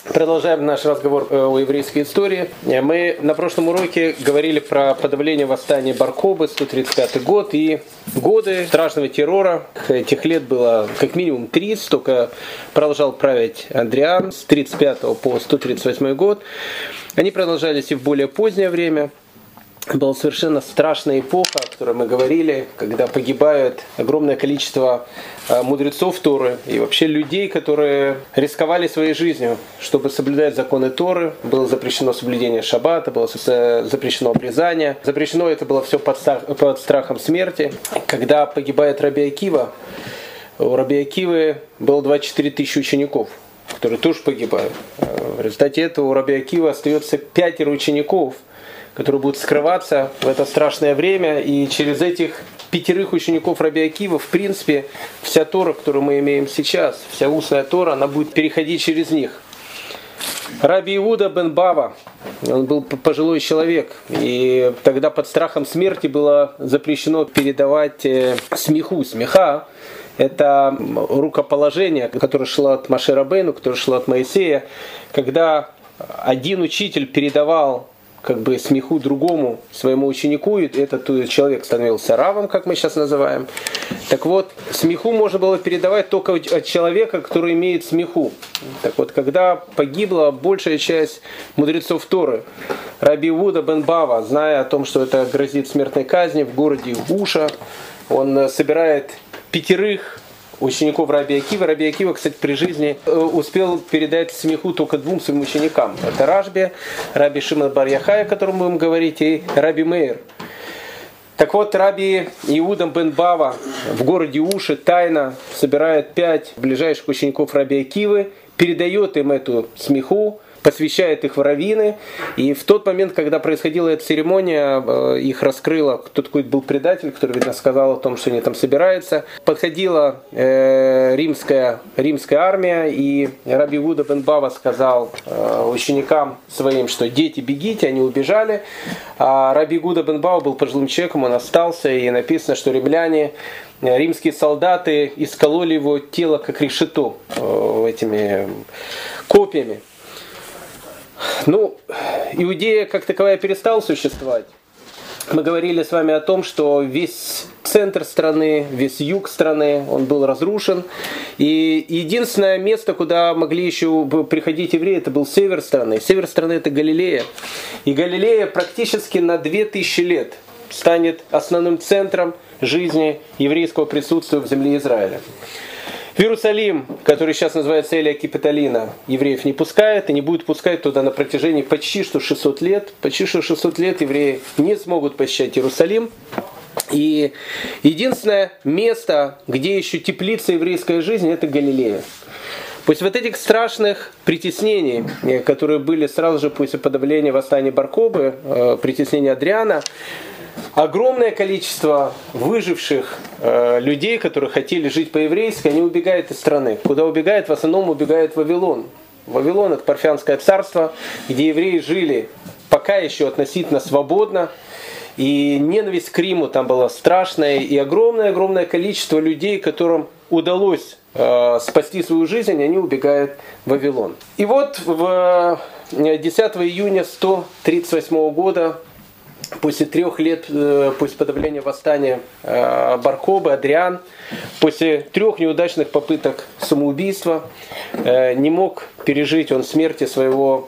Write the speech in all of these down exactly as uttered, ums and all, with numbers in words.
Продолжаем наш разговор о еврейской истории. Мы на прошлом уроке говорили про подавление восстания Бар-Кохбы, сто тридцать пятый год, и годы страшного террора. Этих лет было как минимум тридцать, только продолжал править Адриан с тридцать пятого по сто тридцать восьмой год. Они продолжались и в более позднее время. Была совершенно страшная эпоха, о которой мы говорили, когда погибает огромное количество мудрецов Торы и вообще людей, которые рисковали своей жизнью, чтобы соблюдать законы Торы. Было запрещено соблюдение шаббата, было запрещено обрезание. Запрещено это было все под страхом смерти. Когда погибает Раби Акива, у Раби Акивы было двадцать четыре тысячи учеников, которые тоже погибают. В результате этого у Раби Акивы остается пятеро учеников, которые будут скрываться в это страшное время, и через этих пятерых учеников Раби Акивы, в принципе, вся Тора, которую мы имеем сейчас, вся устная Тора, она будет переходить через них. Раби Иуда бен Бава, он был пожилой человек, и тогда под страхом смерти было запрещено передавать смеху. Смеха – это рукоположение, которое шло от Моше Рабейну, которое шло от Моисея, когда один учитель передавал как бы смеху другому своему ученику, и этот человек становился равом, как мы сейчас называем. Так вот, смеху можно было передавать только от человека, который имеет смеху. Так вот, когда погибла большая часть мудрецов Торы, Раби Иуда бен Бава, зная о том, что это грозит смертной казнью, в городе Уша, он собирает пятерых учеников Раби Акивы. Раби Акива, кстати, при жизни успел передать смеху только двум своим ученикам. Это Рашби, Раби Шимон бар Яхай, о котором мы будем говорить, и Раби Меир. Так вот, Раби Иуда бен Бава в городе Уши тайно собирает пять ближайших учеников Раби Акивы, передает им эту смеху, посвящает их в раввины. И в тот момент, когда происходила эта церемония, их раскрыло, кто такой был предатель, который, видно, сказал о том, что они там собираются. Подходила э, римская, римская армия, и Раби Иуда бен Бава сказал э, ученикам своим, что дети, бегите, они убежали. А Раби Иуда бен Бава был пожилым человеком, он остался, и написано, что римляне, римские солдаты искололи его тело как решето э, этими копьями. Ну, Иудея как таковая перестала существовать. Мы говорили с вами о том, что весь центр страны, весь юг страны, он был разрушен. И единственное место, куда могли еще приходить евреи, это был север страны. Север страны – это Галилея. И Галилея практически на две тысячи лет станет основным центром жизни еврейского присутствия в земле Израиля. В Иерусалим, который сейчас называется Элия Капитолина, евреев не пускает и не будет пускать туда на протяжении почти что шестисот лет. Почти что шестьсот лет евреи не смогут посещать Иерусалим. И единственное место, где еще теплится еврейская жизнь, это Галилея. После вот этих страшных притеснений, которые были сразу же после подавления восстания Бар-Кохбы, притеснения Адриана, огромное количество выживших э, людей, которые хотели жить по-еврейски, они убегают из страны. Куда убегают? В основном убегают в Вавилон. Вавилон – это Парфянское царство, где евреи жили пока еще относительно свободно. И ненависть к Риму там была страшная. И огромное-огромное количество людей, которым удалось э, спасти свою жизнь, они убегают в Вавилон. И вот в десятого июня сто тридцать восьмого года, после трех лет, после подавления восстания Бар-Кохбы, Адриан, после трех неудачных попыток самоубийства, не мог пережить он смерти своего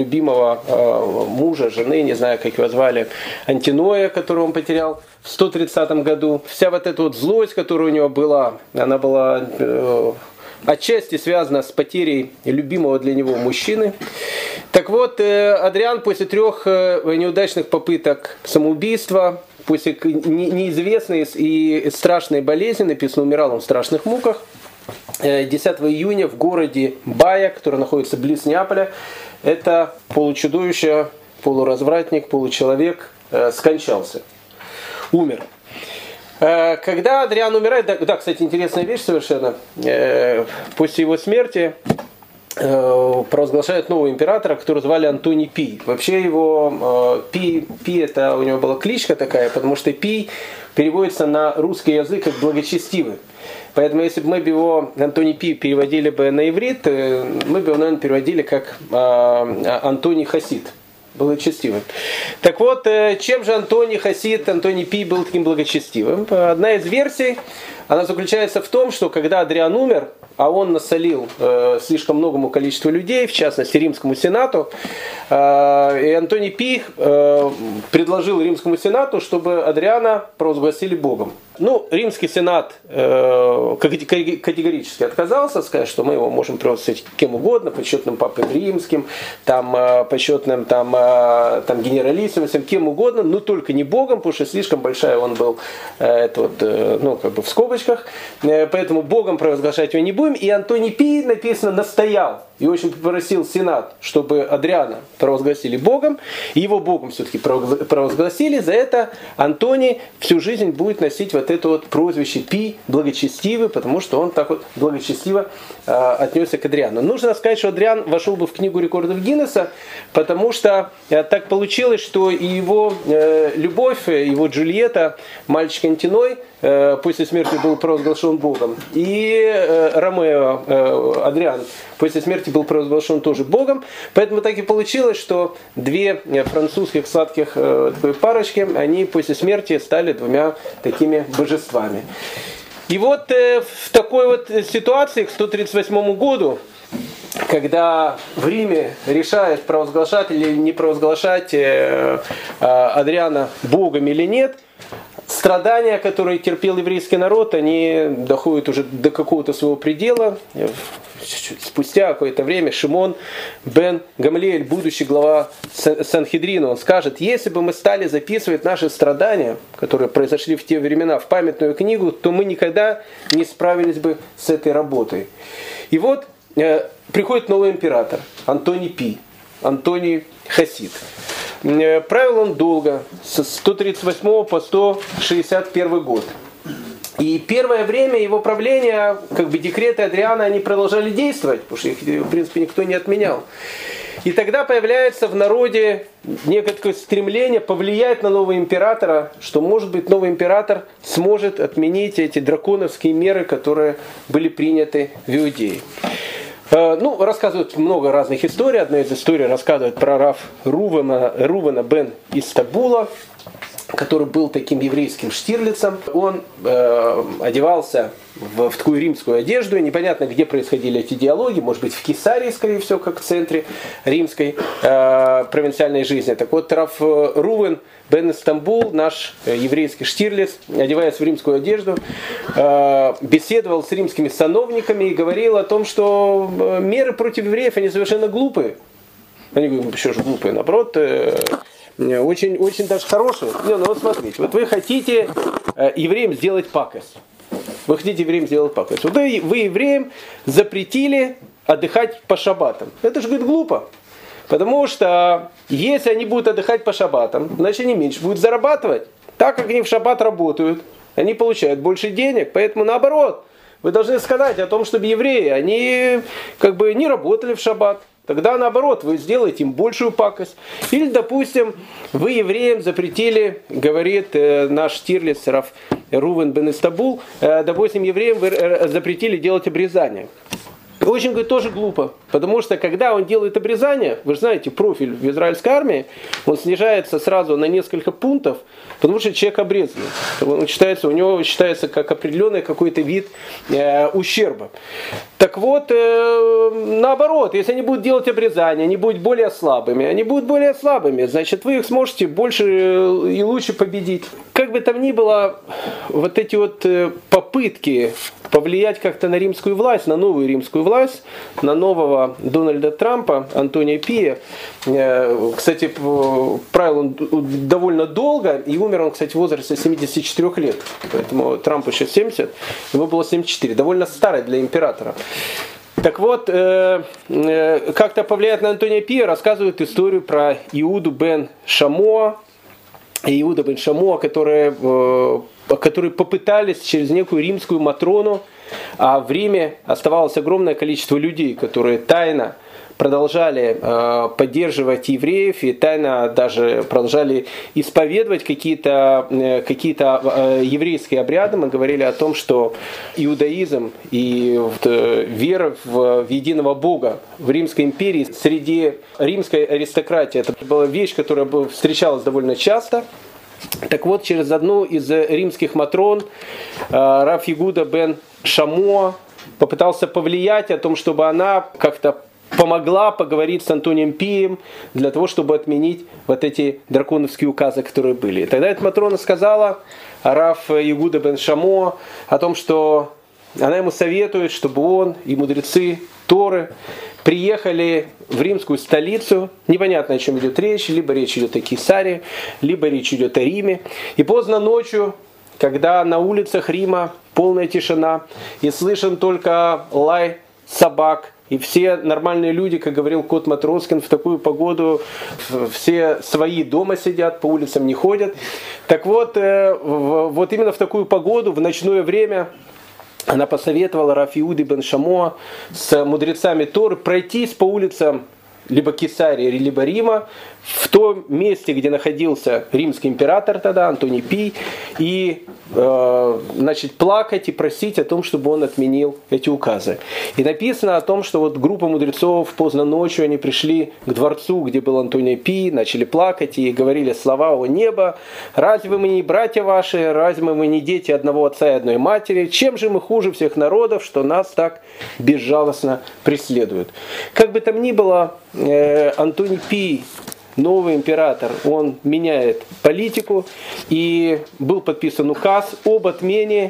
любимого мужа, жены, не знаю, как его звали, Антиноя, которого он потерял в сто тридцатом году. Вся вот эта вот злость, которая у него была, она была отчасти связана с потерей любимого для него мужчины. Так вот, Адриан после трех неудачных попыток самоубийства, после неизвестной и страшной болезни, написано, умирал он в страшных муках, десятого июня в городе Бая, который находится близ Неаполя, это получудовище, полуразвратник, получеловек, скончался, умер. Когда Адриан умирает, да, да, кстати, интересная вещь совершенно, после его смерти провозглашают нового императора, которого звали Антоний Пий. Вообще его Пий, Пий это у него была кличка такая, потому что Пий переводится на русский язык как благочестивый. Поэтому если бы мы бы его, Антоний Пий, переводили бы на иврит, мы бы его, наверное, переводили как Антоний Хасид. Благочестивым. Так вот, чем же Антоний Хасид, Антоний Пий был таким благочестивым? Одна из версий, она заключается в том, что когда Адриан умер, а он насолил э, слишком многому количеству людей, в частности Римскому Сенату, э, и Антоний Пий э, предложил Римскому Сенату, чтобы Адриана провозгласили Богом. Ну, Римский Сенат э, категорически отказался, сказать, что мы его можем провозгласить кем угодно, почетным папой римским, там, э, почетным там, э, там, генералиссимусом, кем угодно, но только не Богом, потому что слишком большая он был, э, это вот, э, ну, как бы в скобочках, э, поэтому Богом провозглашать его не будем. И Антоний Пий, написано, настоял и очень попросил Сенат, чтобы Адриана провозгласили Богом, и его Богом все-таки провозгласили. За это Антоний всю жизнь будет носить вот это вот прозвище Пий, благочестивый, потому что он так вот благочестиво э, отнесся к Адриану. Нужно сказать, что Адриан вошел бы в книгу рекордов Гиннесса, потому что э, так получилось, что и его э, любовь, его Джульетта, мальчик Антиной, э, после смерти был провозглашен Богом, и э, Ромео, э, Адриан, после смерти был провозглашен тоже Богом. Поэтому так и получилось, что две французских сладких э, парочки, они после смерти стали двумя такими божествами. И вот э, в такой вот ситуации к сто тридцать восьмому году, когда в Риме решают, провозглашать или не провозглашать э, э, Адриана Богом или нет, страдания, которые терпел еврейский народ, они доходят уже до какого-то своего предела. Спустя какое-то время Шимон бен Гамлиэль, будущий глава Санхедрина, он скажет: если бы мы стали записывать наши страдания, которые произошли в те времена, в памятную книгу, то мы никогда не справились бы с этой работой. И вот э, приходит новый император, Антоний Пий, Антоний Хасид. Э, правил он долго, с сто тридцать восьмого по сто шестьдесят первый год. И первое время его правления, как бы декреты Адриана, они продолжали действовать, потому что их, в принципе, никто не отменял. И тогда появляется в народе некое стремление повлиять на нового императора, что, может быть, новый император сможет отменить эти драконовские меры, которые были приняты в Иудее. Ну, рассказывают много разных историй. Одна из историй рассказывает про рав Рувена, Рувена бен Истабула, который был таким еврейским Штирлицем. Он э, одевался в, в такую римскую одежду. И непонятно, где происходили эти диалоги. Может быть, в Кесарии, скорее всего, как в центре римской э, провинциальной жизни. Так вот, рав Рувен бен Истамбул, наш еврейский Штирлиц, одеваясь в римскую одежду, э, беседовал с римскими сановниками и говорил о том, что меры против евреев, они совершенно глупые. Они говорят: ну, что же глупые? Наоборот, э, Очень, очень даже хорошие. Не, ну вот смотрите, вот вы хотите э, евреям сделать пакость. Вы хотите евреям сделать пакость. Вот вы, вы евреям запретили отдыхать по шаббатам. Это же, говорит, глупо. Потому что если они будут отдыхать по шаббатам, значит они меньше будут зарабатывать. Так как они в шаббат работают, они получают больше денег. Поэтому наоборот, вы должны сказать о том, чтобы евреи, они как бы не работали в шаббат. Тогда наоборот, вы сделаете им большую пакость. Или, допустим, вы евреям запретили, говорит э, наш Штирлиц, рав Рувен бен Истабул, э, допустим, евреям вы э, запретили делать обрезание. Очень, говорит, тоже глупо. Потому что, когда он делает обрезание, вы же знаете, профиль в израильской армии, он снижается сразу на несколько пунктов, потому что человек обрезанный. Он считается, у него считается как определенный какой-то вид э, ущерба. Так вот, э, наоборот, если они будут делать обрезание, они будут более слабыми, они будут более слабыми, значит, вы их сможете больше и лучше победить. Как бы там ни было, вот эти вот попытки повлиять как-то на римскую власть, на новую римскую власть, на нового Дональда Трампа, Антония Пия. Кстати, правил он довольно долго, и умер он, кстати, в возрасте семидесяти четырёх лет. Поэтому Трампу сейчас семьдесят, ему было семьдесят четыре. Довольно старый для императора. Так вот, э, э, как-то повлиять на Антония Пия рассказывают историю про Иуду бен Шамоа, Иуда бен Шамоа, которые, э, которые попытались через некую римскую матрону а в Риме оставалось огромное количество людей, которые тайно продолжали э, поддерживать евреев и тайно даже продолжали исповедовать какие-то, э, какие-то э, еврейские обряды. Мы говорили о том, что иудаизм и э, вера в, в единого Бога в Римской империи среди римской аристократии это была вещь, которая встречалась довольно часто. Так вот, через одну из римских матрон э, Рав Ягуда бен Шамоа попытался повлиять о том, чтобы она как-то помогла поговорить с Антонием Пием для того, чтобы отменить вот эти драконовские указы, которые были. И тогда эта матрона сказала, Рав Ягуда бен Шамоа, о том, что она ему советует, чтобы он и мудрецы Торы приехали в римскую столицу. Непонятно, о чем идет речь. Либо речь идет о Кесарии, либо речь идет о Риме. И поздно ночью, когда на улицах Рима полная тишина, и слышен только лай собак, и все нормальные люди, как говорил Кот Матроскин, в такую погоду все свои дома сидят, по улицам не ходят. Так вот, вот именно в такую погоду, в ночное время, она посоветовала Рав Иуде бен Шамоа с мудрецами Торы пройтись по улицам либо Кесарии, либо Рима, в том месте, где находился римский император тогда, Антоний Пий, и э, значит, плакать и просить о том, чтобы он отменил эти указы. И написано о том, что вот группа мудрецов поздно ночью, они пришли к дворцу, где был Антоний Пий, начали плакать и говорили слова: «О небо, разве мы не братья ваши, разве мы не дети одного отца и одной матери? Чем же мы хуже всех народов, что нас так безжалостно преследуют?» Как бы там ни было, э, Антоний Пий, новый император, он меняет политику, и был подписан указ об отмене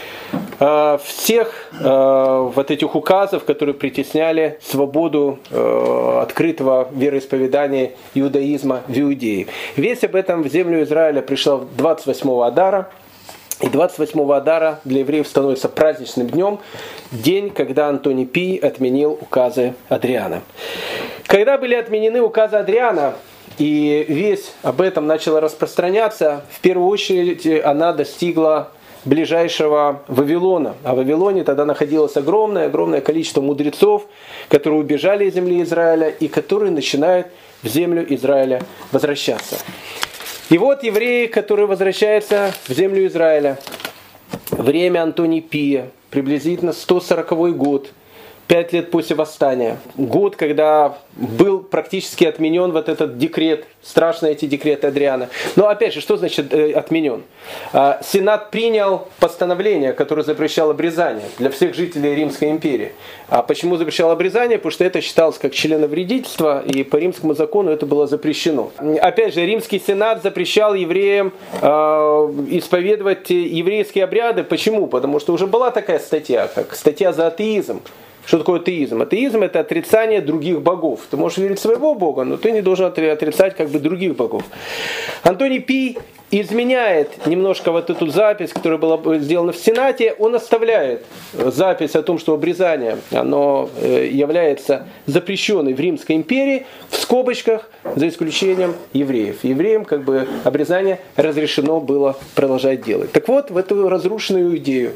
э, всех э, вот этих указов, которые притесняли свободу э, открытого вероисповедания иудаизма в Иудее. Весть об этом в землю Израиля пришла двадцать восьмого Адара. И двадцать восьмого Адара для евреев становится праздничным днем, день, когда Антоний Пий отменил указы Адриана. Когда были отменены указы Адриана, и весть об этом начала распространяться, в первую очередь она достигла ближайшего Вавилона. А в Вавилоне тогда находилось огромное-огромное количество мудрецов, которые убежали из земли Израиля и которые начинают в землю Израиля возвращаться. И вот евреи, которые возвращаются в землю Израиля, время Антония Пия, приблизительно сто сороковой год, пять лет после восстания. Год, когда был практически отменен вот этот декрет, страшные эти декреты Адриана. Но опять же, что значит э, отменен? А, Сенат принял постановление, которое запрещало обрезание для всех жителей Римской империи. А почему запрещало обрезание? Потому что это считалось как членовредительство, и по римскому закону это было запрещено. Опять же, Римский Сенат запрещал евреям э, исповедовать еврейские обряды. Почему? Потому что уже была такая статья, как статья за атеизм. Что такое атеизм? Атеизм – это отрицание других богов. Ты можешь верить в своего бога, но ты не должен отрицать как бы других богов. Антоний Пий изменяет немножко вот эту запись, которая была сделана в Сенате. Он оставляет запись о том, что обрезание оно является запрещенной в Римской империи, в скобочках, за исключением евреев. Евреям как бы обрезание разрешено было продолжать делать. Так вот, в эту разрушенную идею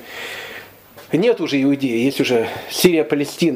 нет уже Иудеи, есть уже Сирия, Палестина,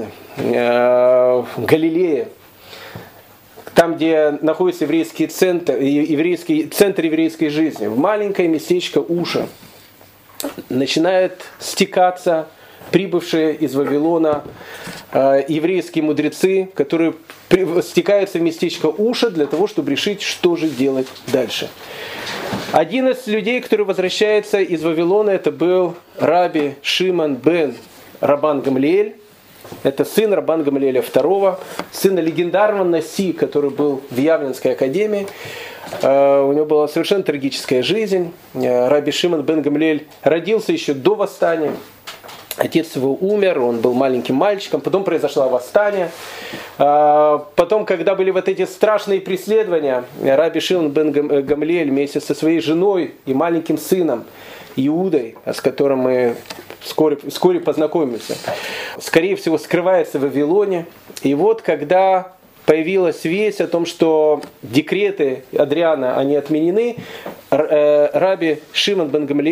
Галилея, там, где находится еврейский центр, еврейский, центр еврейской жизни. В маленькое местечко Уша начинают стекаться прибывшие из Вавилона еврейские мудрецы, которые стекаются в местечко Уша для того, чтобы решить, что же делать дальше. Один из людей, который возвращается из Вавилона, это был Раби Шимон бен Рабан Гамлиэль. Это сын Рабан Гамлиэля второго, сына легендарного Наси, который был в Явленской академии. У него была совершенно трагическая жизнь. Раби Шимон бен Гамлиэль родился еще до восстания. Отец его умер, он был маленьким мальчиком, потом произошло восстание. Потом, когда были вот эти страшные преследования, Раби Шимон бен Гамлиэль вместе со своей женой и маленьким сыном Иудой, с которым мы вскоре, вскоре познакомимся, скорее всего, скрывается в Вавилоне. И вот, когда появилась весть о том, что декреты Адриана, они отменены, Раби Шимон бен Гамлиэль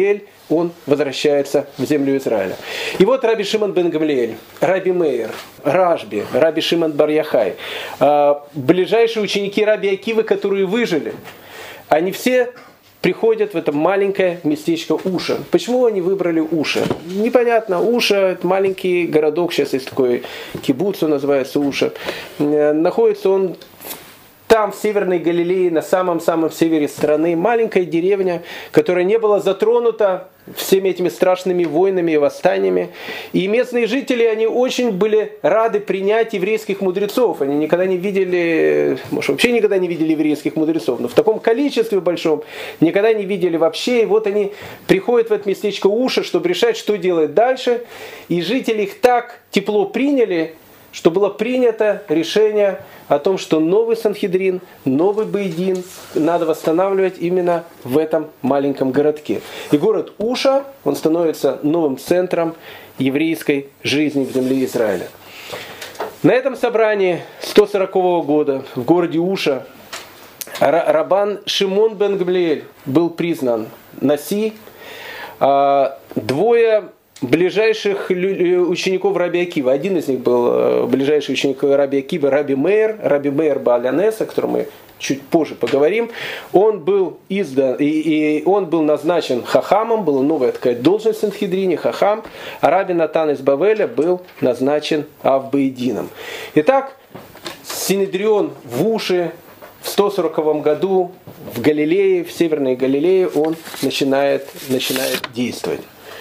он возвращается в землю Израиля. И вот Раби Шимон бен Гамлиэль, Раби Меир, Рашби, Раби Шимон бар Яхай, ближайшие ученики Раби Акивы, которые выжили, они все приходят в это маленькое местечко Уша. Почему они выбрали Уша? Непонятно. Уша – это маленький городок, сейчас есть такой кибуц, он называется Уша. Находится он там, в Северной Галилее, на самом-самом севере страны, маленькая деревня, которая не была затронута всеми этими страшными войнами и восстаниями. И местные жители, они очень были рады принять еврейских мудрецов. Они никогда не видели, может, вообще никогда не видели еврейских мудрецов, но в таком количестве большом никогда не видели вообще. И вот они приходят в это местечко Уша, чтобы решать, что делать дальше. И жители их так тепло приняли, что было принято решение о том, что новый Санхедрин, новый Бейдин надо восстанавливать именно в этом маленьком городке. И город Уша, он становится новым центром еврейской жизни в земле Израиля. На этом собрании сто сорокового года в городе Уша Рабан Шимон бен Гамлиэль был признан наси. Двое ближайших учеников Раби Акивы. Один из них был ближайший ученик Раби Акивы, Раби Меир, Раби Меир бааль ха-Нес, о котором мы чуть позже поговорим. Он был издан, и, и он был назначен хахамом, была новая такая должность в Санхедрине, хахам, а Раби Натан из Бавеля был назначен авбейдином. Итак, Синедрион в Уше в сто сороковом году в Галилее, в Северной Галилее, он начинает, начинает действовать.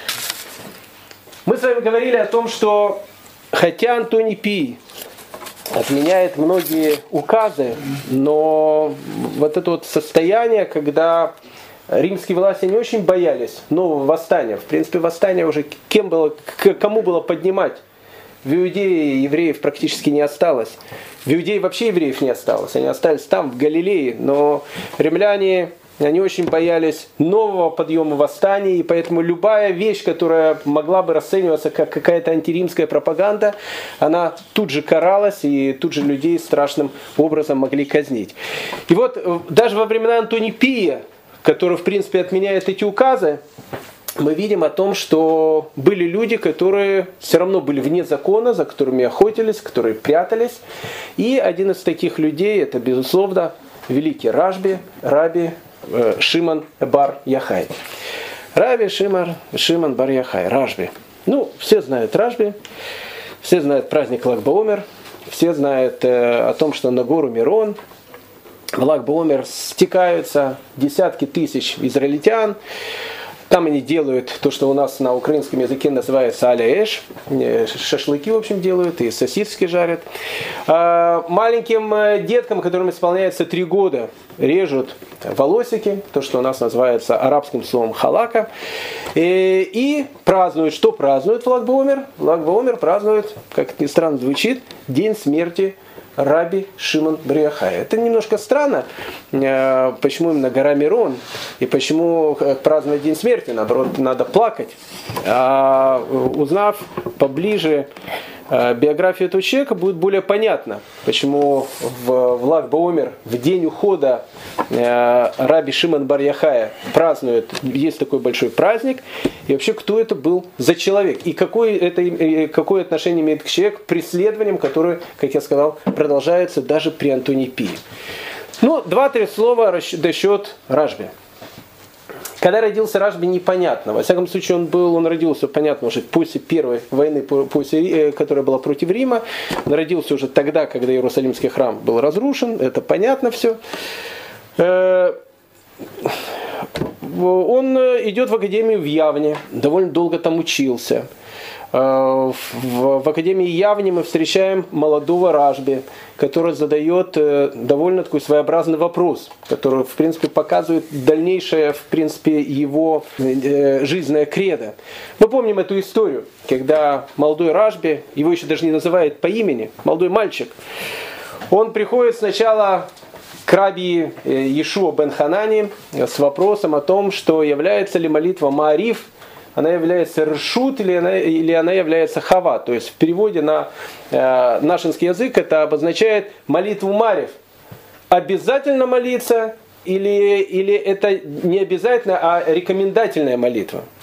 Мы с вами говорили о том, что хотя Антоний Пий отменяет многие указы, но вот это вот состояние, когда римские власти не очень боялись нового восстания. В принципе, восстание уже кем было, кому было поднимать? В Иудее евреев практически не осталось. В Иудее вообще евреев не осталось. Они остались там, в Галилее. Но римляне, они очень боялись нового подъема восстания, и поэтому любая вещь, которая могла бы расцениваться как какая-то антиримская пропаганда, она тут же каралась, и тут же людей страшным образом могли казнить. И вот даже во времена Антония Пия, который в принципе отменяет эти указы, мы видим о том, что были люди, которые все равно были вне закона, за которыми охотились, которые прятались. И один из таких людей, это безусловно великий Рашби, Раби Шимон бар Яхай. Раби Шимон, Шимон бар Яхай, Рашби. Ну, все знают Рашби, все знают праздник Lag BaOmer, все знают э, о том, что на гору Мирон в Lag BaOmer стекаются десятки тысяч израильтян. Там они делают то, что у нас на украинском языке называется аля-эш. Шашлыки, в общем, делают и сосиски жарят. Маленьким деткам, которым исполняется три года, режут волосики, то, что у нас называется арабским словом халака. И, и празднуют. Что празднуют в Lag BaOmer? В Lag BaOmer празднуют, как ни странно звучит, день смерти Раби Шимон бар Яхай. Это немножко странно, почему именно гора Мирон и почему праздновать день смерти, наоборот, надо плакать. А узнав поближе биографию этого человека, будет более понятно, почему в, в Lag BaOmer в день ухода Раби Шимон бар Яхая празднуют, есть такой большой праздник, и вообще кто это был за человек, и какое, это, какое отношение имеет к человеку к преследованиям, которые, как я сказал, продолжаются даже при Антонии Пии. Ну, два-три слова насчет Рашби. Когда родился Рашби, непонятно. Во всяком случае, он был, он родился, понятно, уже после первой войны, после, которая была против Рима. Он родился уже тогда, когда Иерусалимский храм был разрушен. Это понятно все. Он идет в академию в Явне, довольно долго там учился. В, в Академии Явни мы встречаем молодого Рашби, который задает довольно такой своеобразный вопрос, который, в принципе, показывает дальнейшее, в принципе, его жизненное кредо. Мы помним эту историю, когда молодой Рашби, его еще даже не называют по имени, молодой мальчик, он приходит сначала к Раби Йешуа бен Ханани с вопросом о том, что является ли молитва Маариф, она является ршут или она, или она является хава. То есть в переводе на э, нашинский язык это обозначает молитву Марев. Обязательно молиться или, или это не обязательно, а рекомендательная молитва.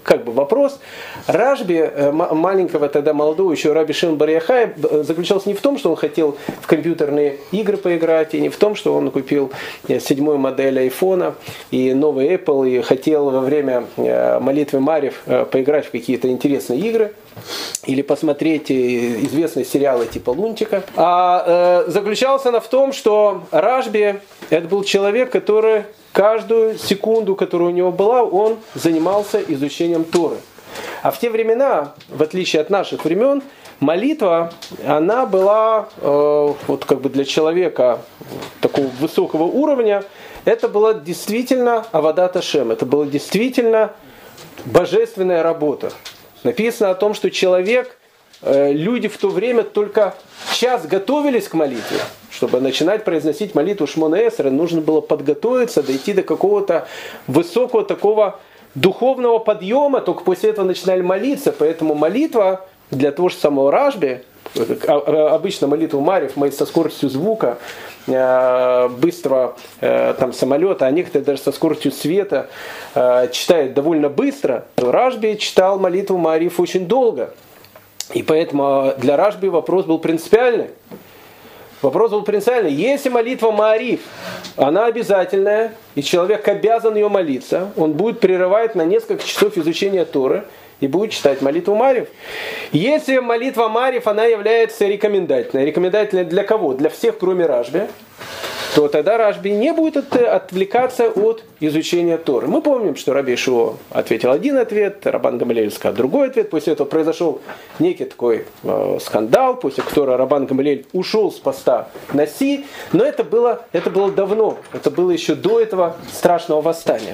как бы вопрос Рашби, маленького тогда молодого еще Раби Шимон бар Йохая, заключался не в том, что он хотел в компьютерные игры поиграть, и не в том, что он купил седьмую модель айфона и новый Apple, и хотел во время молитвы Марьев поиграть в какие-то интересные игры или посмотреть известные сериалы типа «Лунтика». А э, заключался она в том, что Рашби это был человек, который каждую секунду, которая у него была, он занимался изучением Торы. А в те времена, в отличие от наших времен, молитва, она была э, вот как бы для человека такого высокого уровня, это была действительно авадат Ашем, это была действительно божественная работа. Написано о том, что человек, э, люди в то время только час готовились к молитве. Чтобы начинать произносить молитву Шмона Эсрей, нужно было подготовиться, дойти до какого-то высокого такого духовного подъема, только после этого начинали молиться. Поэтому молитва для того же самого Рашби, обычно молитву Марьев мы со скоростью звука, быстрого там, самолета, а некоторые даже со скоростью света читают довольно быстро. Рашби читал молитву Марьев очень долго. И поэтому для Рашби вопрос был принципиальный. Вопрос был принципиальный. Если молитва Маариф, она обязательная, и человек обязан ее молиться, он будет прерывать на несколько часов изучения Торы и будет читать молитву Маариф. Если молитва Маариф, она является рекомендательной. Рекомендательной для кого? Для всех, кроме Рашби. То тогда Рашби не будет отвлекаться от изучения Торы. Мы помним, что Раби Йошуа ответил один ответ, Рабан Гамлиэль сказал другой ответ. После этого произошел некий такой э, скандал, после которого Рабан Гамлиэль ушел с поста Наси. Но это было, это было давно, это было еще до этого страшного восстания.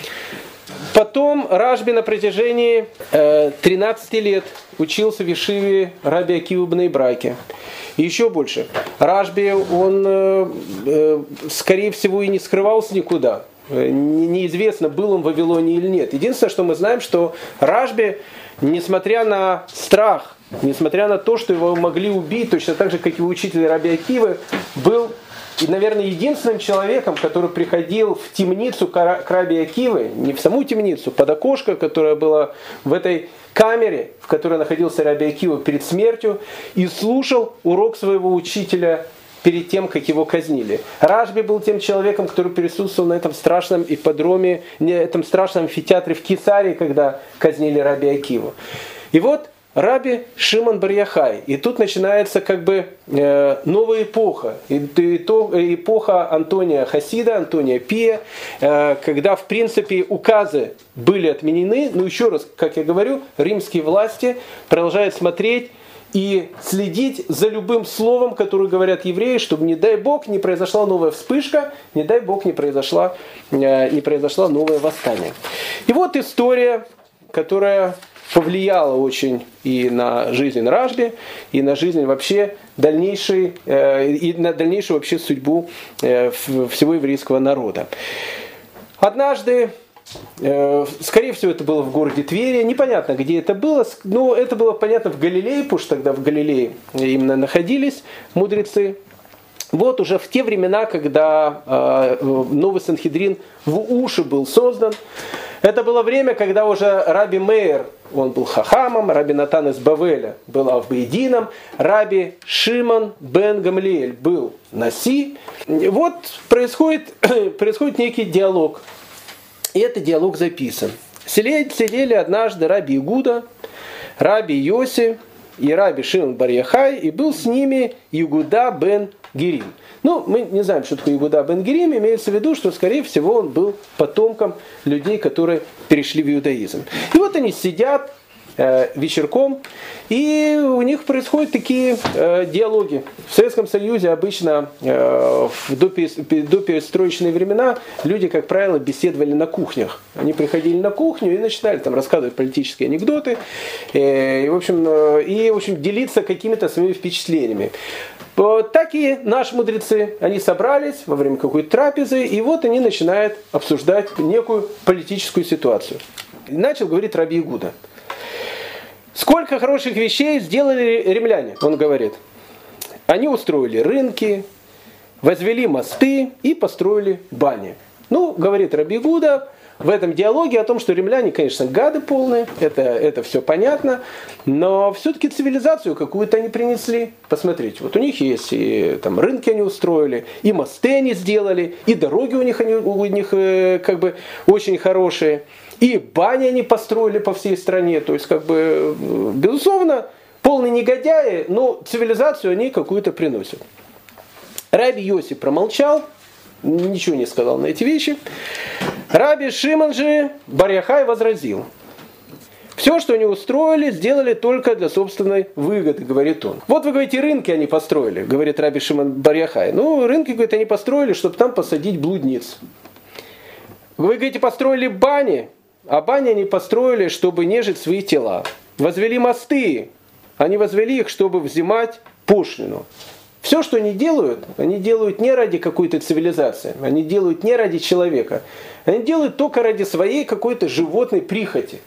Потом Рашби на протяжении э, тринадцати лет учился в ешиве Раби Акивы бен Браке. И еще больше. Рашби, он, э, э, скорее всего, и не скрывался никуда. Э, неизвестно, был он в Вавилоне или нет. Единственное, что мы знаем, что Рашби, несмотря на страх, несмотря на то, что его могли убить, точно так же, как и учитель Раби Акивы, был, наверное, единственным человеком, который приходил в темницу к Раби Акивы, не в саму темницу, под окошко, которое было в этой камере, в которой находился Раби Акива перед смертью, и слушал урок своего учителя перед тем, как его казнили. Рашби был тем человеком, который присутствовал на этом страшном ипподроме, на этом страшном амфитеатре в Кесарии, когда казнили Раби Акиву. И вот Раби Шимон бар Йохай. И тут начинается как бы э, новая эпоха. И, и то, эпоха Антония Хасида, Антония Пия, э, когда в принципе указы были отменены. Но еще раз, как я говорю, римские власти продолжают смотреть и следить за любым словом, которое говорят евреи, чтобы, не дай Бог, не произошла новая вспышка, не дай Бог, не произошла, э, не произошло новое восстание. И вот история, которая повлияло очень и на жизнь Рашби, и на жизнь вообще дальнейшей, э, и на дальнейшую вообще судьбу э, всего еврейского народа. Однажды, э, скорее всего, это было в городе Твери, непонятно, где это было, но это было понятно в Галилее, потому что тогда в Галилее именно находились мудрецы. Вот уже в те времена, когда э, новый Санхедрин в Уше был создан, это было время, когда уже Раби Меир, он был хахамом, Раби Натан из Бавеля был авбейдином, Раби Шимон бен Гамлиэль был наси. Вот происходит, происходит некий диалог. И этот диалог записан. Сидели, сидели однажды Раби Игуда, Раби Йоси и Раби Шимон бар Йохай, и был с ними Игуда бен Гирим. Ну, мы не знаем, что такое Игуда бен Гирим, имеется в виду, что, скорее всего, он был потомком людей, которые перешли в иудаизм. И вот они сидят э, вечерком, и у них происходят такие э, диалоги. В Советском Союзе обычно э, в доперестроечные времена люди, как правило, беседовали на кухнях. Они приходили на кухню и начинали там рассказывать политические анекдоты, э, и, в общем, э, и, в общем, делиться какими-то своими впечатлениями. Так и наши мудрецы, они собрались во время какой-то трапезы, и вот они начинают обсуждать некую политическую ситуацию. И начал говорить Раби Игуда. Сколько хороших вещей сделали римляне, он говорит. Они устроили рынки, возвели мосты и построили бани. Ну, говорит Раби Игуда, в этом диалоге о том, что римляне, конечно, гады полные, это, это все понятно, но все-таки цивилизацию какую-то они принесли. Посмотрите, вот у них есть и там, рынки они устроили, и мосты они сделали, и дороги у них, они, у них как бы очень хорошие, и бани они построили по всей стране. То есть, как бы, безусловно, полные негодяи, но цивилизацию они какую-то приносят. Раби Йоси промолчал, ничего не сказал на эти вещи. Раби Шимон же бар Йохай возразил. Все, что они устроили, сделали только для собственной выгоды, говорит он. Вот вы говорите, рынки они построили, говорит Раби Шимон бар Йохай. Ну, рынки, говорит, они построили, чтобы там посадить блудниц. Вы говорите, построили бани, а бани они построили, чтобы нежить свои тела. Возвели мосты, они возвели их, чтобы взимать пошлину. Все, что они делают, они делают не ради какой-то цивилизации, они делают не ради человека. Они делают только ради своей какой-то животной прихоти.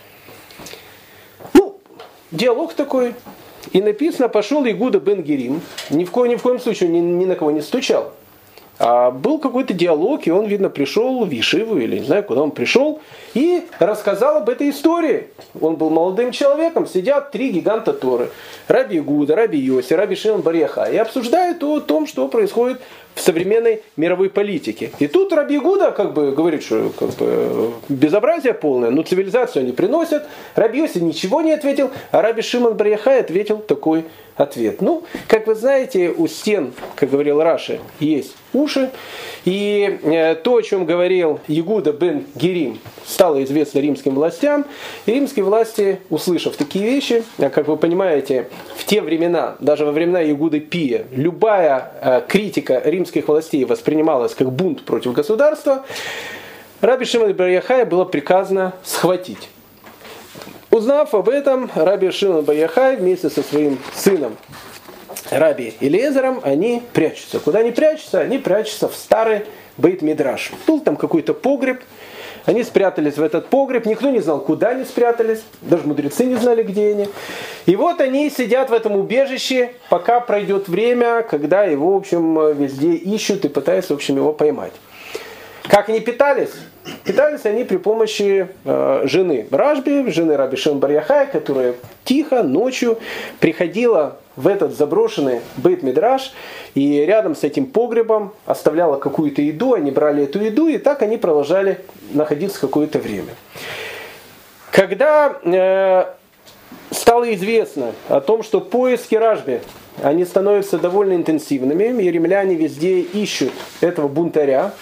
Ну, диалог такой. И написано, пошел Игуда бен Герим. Ни в, ко, ни в коем случае ни, ни на кого не стучал. А был какой-то диалог, и он, видно, пришел в Ешиву, или не знаю, куда он пришел, и рассказал об этой истории. Он был молодым человеком, сидят три гиганта Торы. Раби Игуда, Раби Йоси, Раби Шимон бар Йохай, и обсуждают о том, что происходит в современной мировой политике. И тут Раби Игуда как бы говорит, что как бы, безобразие полное, но цивилизацию они приносят. Раби Йоси ничего не ответил, а Раби Шимон бар Йохай ответил такой ответ. Ну, как вы знаете, у стен, как говорил Раши, есть уши. И э, то, о чем говорил Игуда бен Герим, стало известно римским властям. И римские власти, услышав такие вещи, как вы понимаете, в те времена, даже во времена Игуды Пия, любая э, критика римских властей воспринималась как бунт против государства. Раби Шимон бар Йохай было приказано схватить. Узнав об этом, Раби Шимон бар Йохай вместе со своим сыном Раби Элиэзером, они прячутся. Куда они прячутся? Они прячутся в старый бейт-мидраш. Был там какой-то погреб. Они спрятались в этот погреб. Никто не знал, куда они спрятались. Даже мудрецы не знали, где они. И вот они сидят в этом убежище, пока пройдет время, когда его, в общем, везде ищут и пытаются, в общем, его поймать. Как они питались? Питались они при помощи э, жены Рашби, жены Раби Шимон бар Йохая, которая тихо ночью приходила в этот заброшенный бейт-мидраш и рядом с этим погребом оставляла какую-то еду, они брали эту еду и так они продолжали находиться какое-то время. Когда э, стало известно о том, что поиски Рашби они становятся довольно интенсивными, и римляне везде ищут этого бунтаря,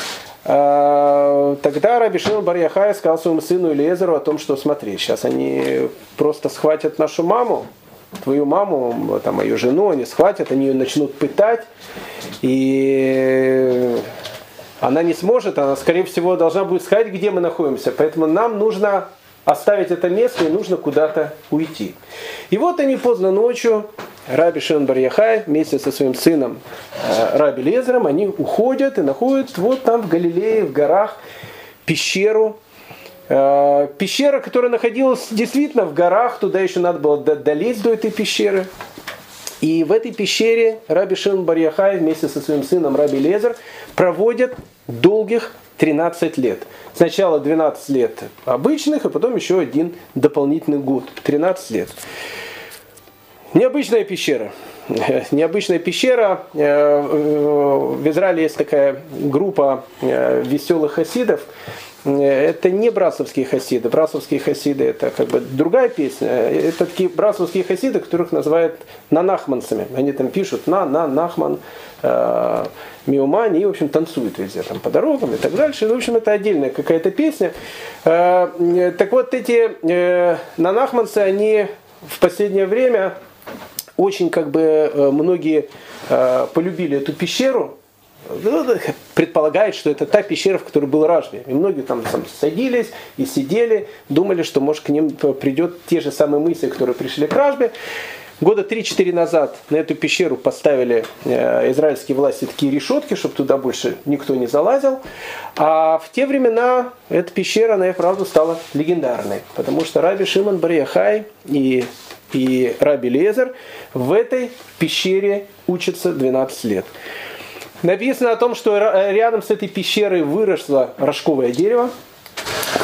тогда Раби Шимон бар Йохай сказал своему сыну Элиэзеру о том, что смотри, сейчас они просто схватят нашу маму, твою маму, там, мою жену, они схватят, они ее начнут пытать, и она не сможет, она, скорее всего, должна будет сказать, где мы находимся, поэтому нам нужно оставить это место и нужно куда-то уйти. И вот они поздно ночью, Раби Шимон бар Йохай вместе со своим сыном Раби Элиэзером, они уходят и находят вот там в Галилее, в горах, пещеру. Пещера, которая находилась действительно в горах, туда еще надо было долезть до этой пещеры. И в этой пещере Раби Шимон бар Йохай вместе со своим сыном Раби Элиэзер проводят долгих тринадцать лет. Сначала двенадцать лет обычных, а потом еще один дополнительный год, тринадцать лет. Необычная пещера. Необычная пещера. В Израиле есть такая группа веселых хасидов. Это не брасовские хасиды. Брасовские хасиды это как бы другая песня. Это такие брасовские хасиды, которых называют нанахманцами. Они там пишут на, на, нахман, э, миумань и, в общем, танцуют везде там по дорогам и так дальше. В общем, это отдельная какая-то песня. Э, так вот, эти э, нанахманцы, они в последнее время очень как бы многие э, полюбили эту пещеру. Предполагает, что это та пещера, в которой был Рашби. И многие там, там садились и сидели, думали, что может к ним придет те же самые мысли, которые пришли к Рашби. Года три-четыре назад на эту пещеру поставили э, израильские власти такие решетки, чтобы туда больше никто не залазил. А в те времена эта пещера, она и правда стала легендарной. Потому что Раби Шимон бар Йохай и, и Раби Элиэзер в этой пещере учатся двенадцать лет. Написано о том, что рядом с этой пещерой выросло рожковое дерево.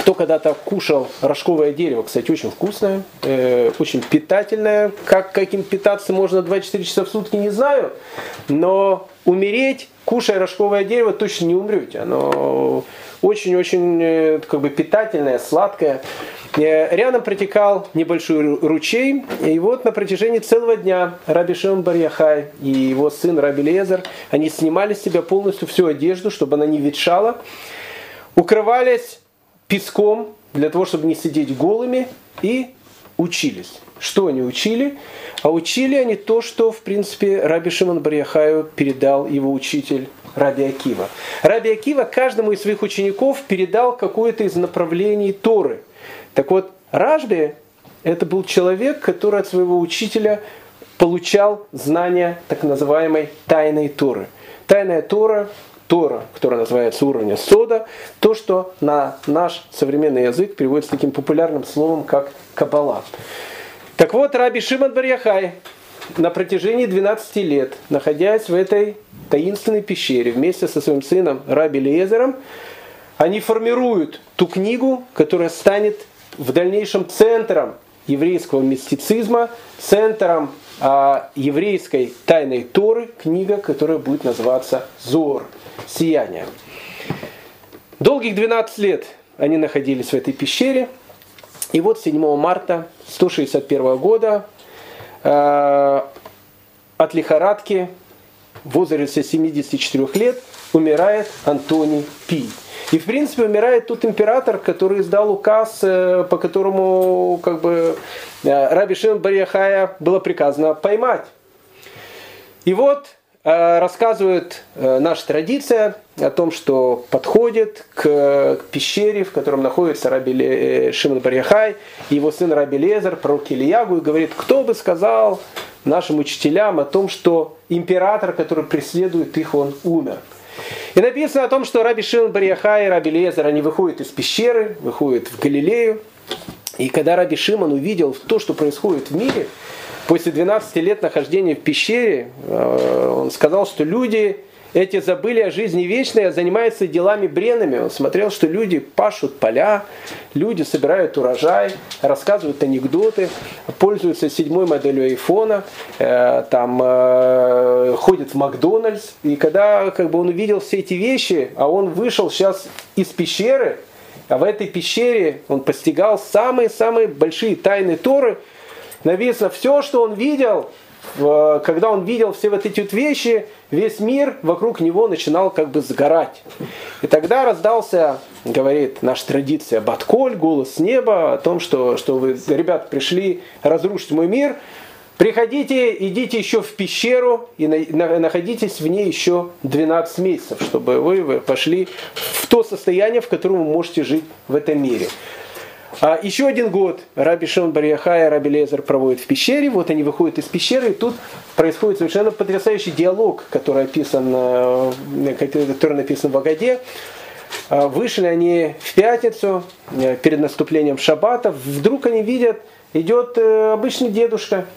Кто когда-то кушал рожковое дерево, кстати, очень вкусное, э, очень питательное. Как, каким питаться можно двадцать четыре часа в сутки, не знаю. Но умереть, кушая рожковое дерево, точно не умрете. Оно очень-очень э, как бы питательное, сладкое. Э, рядом протекал небольшой ручей. И вот на протяжении целого дня Раби Шимон бар Йохай и его сын Раби Элиэзер, они снимали с себя полностью всю одежду, чтобы она не ветшала. Укрывались песком для того, чтобы не сидеть голыми, и учились. Что они учили? А учили они то, что, в принципе, Раби Шимон бар Йохаю передал его учитель Раби Акива. Раби Акива каждому из своих учеников передал какое-то из направлений Торы. Так вот, Рашби – это был человек, который от своего учителя получал знания так называемой тайной Торы. Тайная Тора – Тора, которая называется уровня сода, то, что на наш современный язык переводится таким популярным словом, как Каббала. Так вот, Раби Шимон бар Йохай на протяжении двенадцати лет, находясь в этой таинственной пещере вместе со своим сыном Раби Элиэзером, они формируют ту книгу, которая станет в дальнейшем центром еврейского мистицизма, центром а, еврейской тайной Торы, книга, которая будет называться Зоар. Сияние. Долгих двенадцать лет они находились в этой пещере. И вот седьмого марта сто шестьдесят первого года э, от лихорадки в возрасте семидесяти четырёх лет умирает Антоний Пий. И в принципе умирает тот император, который издал указ, э, по которому как бы, э, Раби Шимон бар Йохая было приказано поймать. И вот рассказывает наша традиция о том, что подходит к пещере, в котором находится Раби Шимон бар Йохай и его сын Раби Элиэзер, пророк Ильягу, и говорит, кто бы сказал нашим учителям о том, что император, который преследует их, он умер. И написано о том, что Раби Шимон бар Йохай и Раби Элиэзер, они выходят из пещеры, выходят в Галилею, и когда Раби Шимон увидел то, что происходит в мире, после двенадцати лет нахождения в пещере, он сказал, что люди эти забыли о жизни вечной, а занимаются делами бренными. Он смотрел, что люди пашут поля, люди собирают урожай, рассказывают анекдоты, пользуются седьмой моделью айфона, там, ходят в Макдональдс. И когда как бы, он увидел все эти вещи, а он вышел сейчас из пещеры, а в этой пещере он постигал самые-самые большие тайны Торы, написано, все, что он видел, когда он видел все вот эти вот вещи, весь мир вокруг него начинал как бы сгорать. И тогда раздался, говорит наша традиция, Батколь, голос с неба, о том, что, что вы, ребят, пришли разрушить мой мир. Приходите, идите еще в пещеру и находитесь в ней еще двенадцать месяцев, чтобы вы пошли в то состояние, в котором вы можете жить в этом мире. А еще один год Раби Шимон бар Йохай и Раби Элиэзер проводят в пещере. Вот они выходят из пещеры, и тут происходит совершенно потрясающий диалог, который описан, который написан в Агаде. Вышли они в пятницу перед наступлением шаббата. Вдруг они видят, идет обычный дедушка,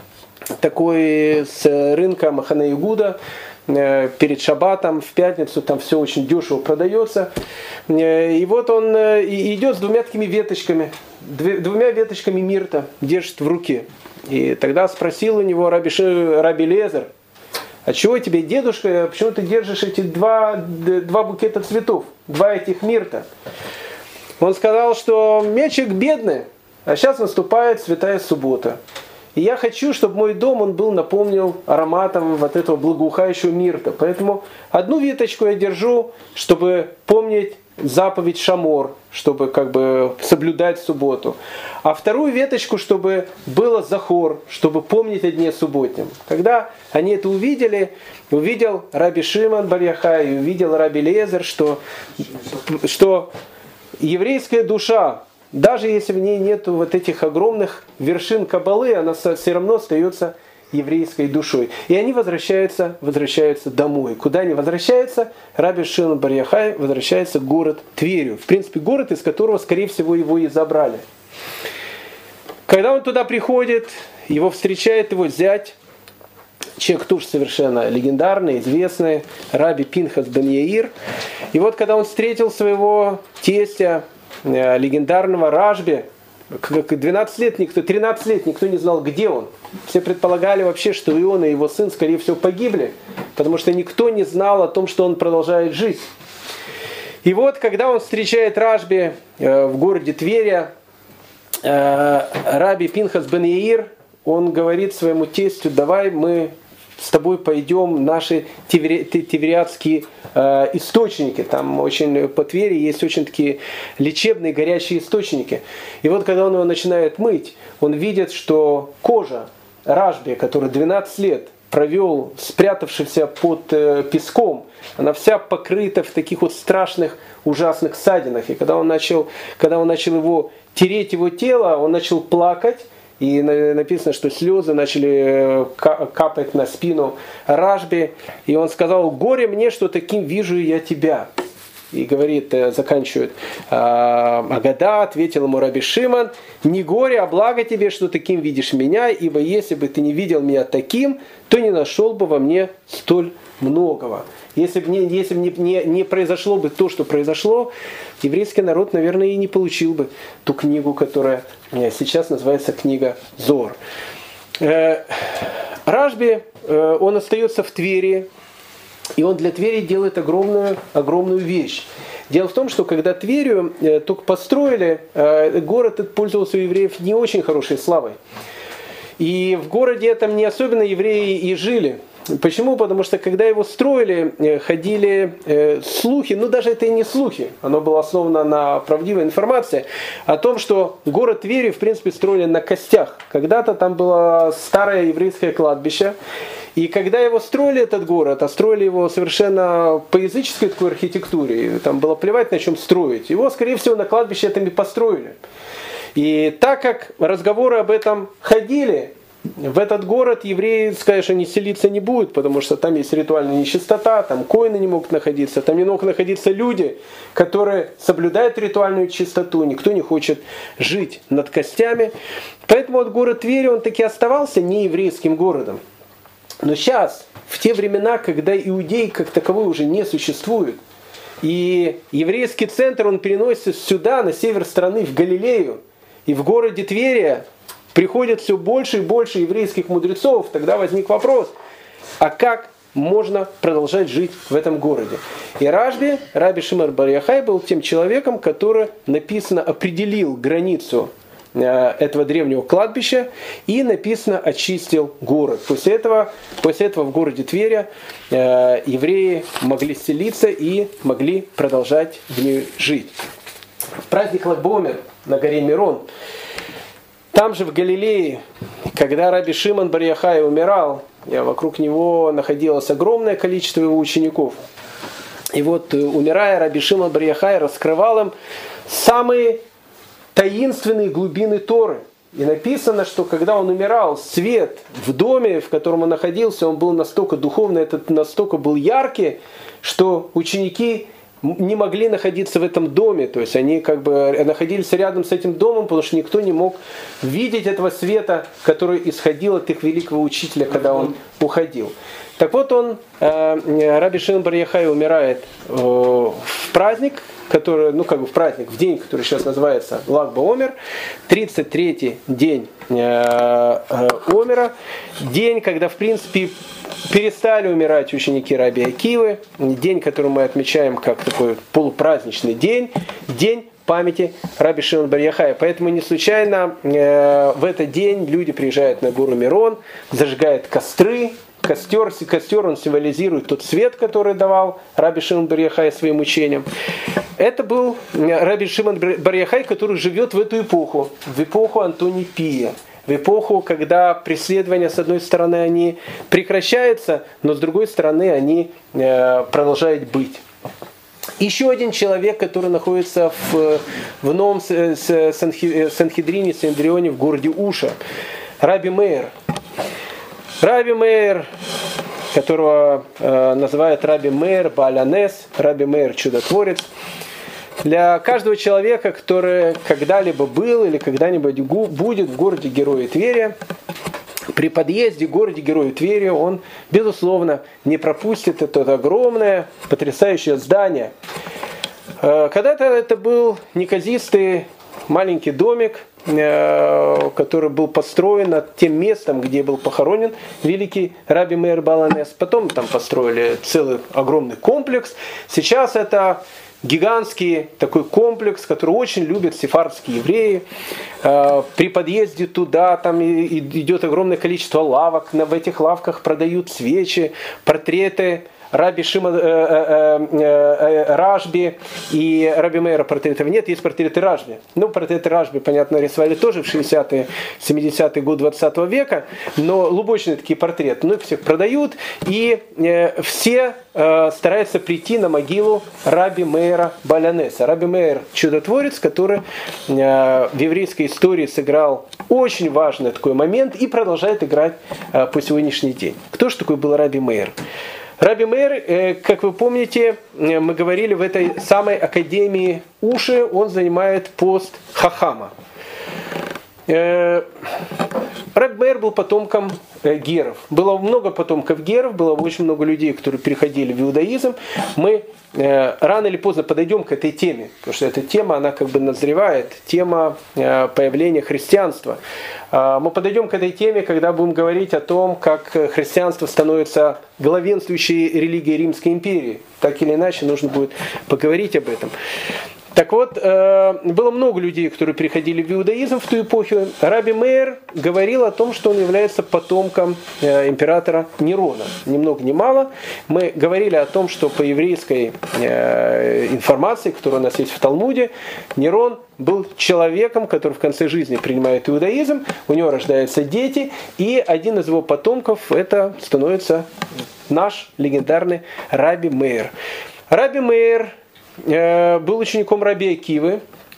такой с рынка Махане Игуда, перед шаббатом, в пятницу, там все очень дешево продается. И вот он идет с двумя такими веточками, двумя веточками мирта, держит в руке. И тогда спросил у него Раби, Раби Элиэзер, а чего тебе, дедушка, почему ты держишь эти два, два букета цветов, два этих мирта? Он сказал, что мячик бедный, а сейчас наступает Святая Суббота. И я хочу, чтобы мой дом он был наполнен ароматом вот этого благоухающего мирта. Поэтому одну веточку я держу, чтобы помнить заповедь Шамор, чтобы как бы соблюдать субботу. А вторую веточку, чтобы было захор, чтобы помнить о дне субботнем. Когда они это увидели, увидел Раби Шимон бар Йохай и увидел Раби Элиэзер, что, что еврейская душа, даже если в ней нет вот этих огромных вершин Каббалы, она все равно остается еврейской душой. И они возвращаются, возвращаются домой. Куда они возвращаются? Раби Шимон бар Йохай возвращается в город Тверью. В принципе, город, из которого, скорее всего, его и забрали. Когда он туда приходит, его встречает его зять, человек тоже совершенно легендарный, известный, Раби Пинхас бен Яир. И вот когда он встретил своего тестя, легендарного Рашби, двенадцать лет никто, тринадцать лет никто не знал, где он. Все предполагали вообще, что и он, и его сын, скорее всего, погибли, потому что никто не знал о том, что он продолжает жить. И вот, когда он встречает Рашби в городе Тверя, Раби Пинхас бен Яир, он говорит своему тестю: давай мы с тобой пойдем наши тивериадские э, источники. Там очень по Твери есть очень такие лечебные горячие источники. И вот когда он его начинает мыть, он видит, что кожа Рашби, который двенадцать лет провел, спрятавшийся под э, песком, она вся покрыта в таких вот страшных, ужасных ссадинах. И когда он начал, когда он начал его тереть его тело, он начал плакать. И написано, что слезы начали капать на спину Рашби. И он сказал: горе мне, что таким вижу я тебя. И говорит, заканчивает Агада, ответил ему Раби Шимон: не горе, а благо тебе, что таким видишь меня, ибо если бы ты не видел меня таким, то не нашел бы во мне столь многого. Если бы, не, если бы не, не, не произошло бы то, что произошло, еврейский народ, наверное, и не получил бы ту книгу, которая сейчас называется книга Зоар. Рашби, он остается в Твери, и он для Твери делает огромную, огромную вещь. Дело в том, что когда Тверью только построили, город этот пользовался у евреев не очень хорошей славой. И в городе этом не особенно евреи и жили. Почему? Потому что когда его строили, ходили э, слухи, ну даже это и не слухи, оно было основано на правдивой информации, о том, что город Твери в принципе строили на костях. Когда-то там было старое еврейское кладбище, и когда его строили, этот город, а строили его совершенно по языческой такой архитектуре, там было плевать на чем строить, его скорее всего на кладбище это и построили. И так как разговоры об этом ходили, в этот город евреи, конечно, не селиться не будут, потому что там есть ритуальная нечистота, там коины не могут находиться, там не могут находиться люди, которые соблюдают ритуальную чистоту, никто не хочет жить над костями. Поэтому вот город Тверь, он таки оставался не еврейским городом. Но сейчас, в те времена, когда иудей как таковой уже не существует, и еврейский центр, он переносится сюда, на север страны, в Галилею, и в городе Тверия приходит все больше и больше еврейских мудрецов, тогда возник вопрос, а как можно продолжать жить в этом городе? И Рашби, Раби Шимон бар Йохай, был тем человеком, который, написано, определил границу этого древнего кладбища и, написано, очистил город. После этого, после этого в городе Тверя э, евреи могли селиться и могли продолжать в ней жить. В праздник Lag BaOmer на горе Мирон, там же в Галилее, когда Раби Шимон бар Йохай умирал, вокруг него находилось огромное количество его учеников. И вот, умирая, Раби Шимон бар Йохай раскрывал им самые таинственные глубины Торы. И написано, что когда он умирал, свет в доме, в котором он находился, он был настолько духовный, этот настолько был яркий, что ученики не могли находиться в этом доме, то есть они как бы находились рядом с этим домом, потому что никто не мог видеть этого света, который исходил от их великого учителя, когда он уходил. Так вот он, Раби Шимон бар Йохай, умирает в праздник, который, ну как бы в праздник, в день, который сейчас называется Lag BaOmer, тридцать третий день Омера, день, когда в принципе перестали умирать ученики Раби Акивы, день, который мы отмечаем как такой полупраздничный день, день памяти Раби Шимон бар Йохая. Поэтому не случайно э, в этот день люди приезжают на гору Мирон, зажигают костры. Костер, костер он символизирует тот свет, который давал Раби Шимон бар Йохай своим учениям. Это был Раби Шимон бар Йохай, который живет в эту эпоху, в эпоху Антония Пия. В эпоху, когда преследования, с одной стороны, они прекращаются, но с другой стороны, они э, продолжают быть. Еще один человек, который находится в, в новом Санхедрине, Синедрионе в городе Уша, Раби Меир. Раби Меир, которого э, называют Раби Меир Бааль ха-Нес, Раби Меир чудотворец. Для каждого человека, который когда-либо был или когда-нибудь будет в городе Героя Тверия, при подъезде к городе Героя Тверия он, безусловно, не пропустит это огромное, потрясающее здание. Когда-то это был неказистый маленький домик, который был построен над тем местом, где был похоронен великий Раби Меир Баал ха-Нес. Потом там построили целый огромный комплекс. Сейчас это гигантский такой комплекс, который очень любят сефардские евреи. При подъезде туда там идет огромное количество лавок. В этих лавках продают свечи, портреты Раби Шима э, э, э, Рашби и Раби Меира портретов нет, есть портреты Рашби. Ну, портреты Рашби, понятно, рисовали тоже в шестидесятые, семидесятые годы двадцатого века, но лубочные такие портреты, ну, их всех продают, и э, все э, стараются прийти на могилу Раби Меира Баал ха-Неса. Раби Меир – чудотворец, который э, в еврейской истории сыграл очень важный такой момент и продолжает играть э, по сегодняшний день. Кто же такой был Раби Меир? Раби Меир, как вы помните, мы говорили, в этой самой академии Уши он занимает пост хахама. Раби Меир был потомком геров. Было много потомков геров, было очень много людей, которые переходили в иудаизм. Мы рано или поздно подойдем к этой теме, потому что эта тема, она как бы назревает, тема появления христианства. Мы подойдем к этой теме, когда будем говорить о том, как христианство становится главенствующей религией Римской империи. Так или иначе, нужно будет поговорить об этом. Так вот, было много людей, которые приходили в иудаизм в ту эпоху. Раби Меир говорил о том, что он является потомком императора Нерона. Ни много ни мало. Мы говорили о том, что по еврейской информации, которая у нас есть в Талмуде, Нерон был человеком, который в конце жизни принимает иудаизм, у него рождаются дети, и один из его потомков это становится наш легендарный Раби Меир. Раби Меир был учеником Раби Акивы,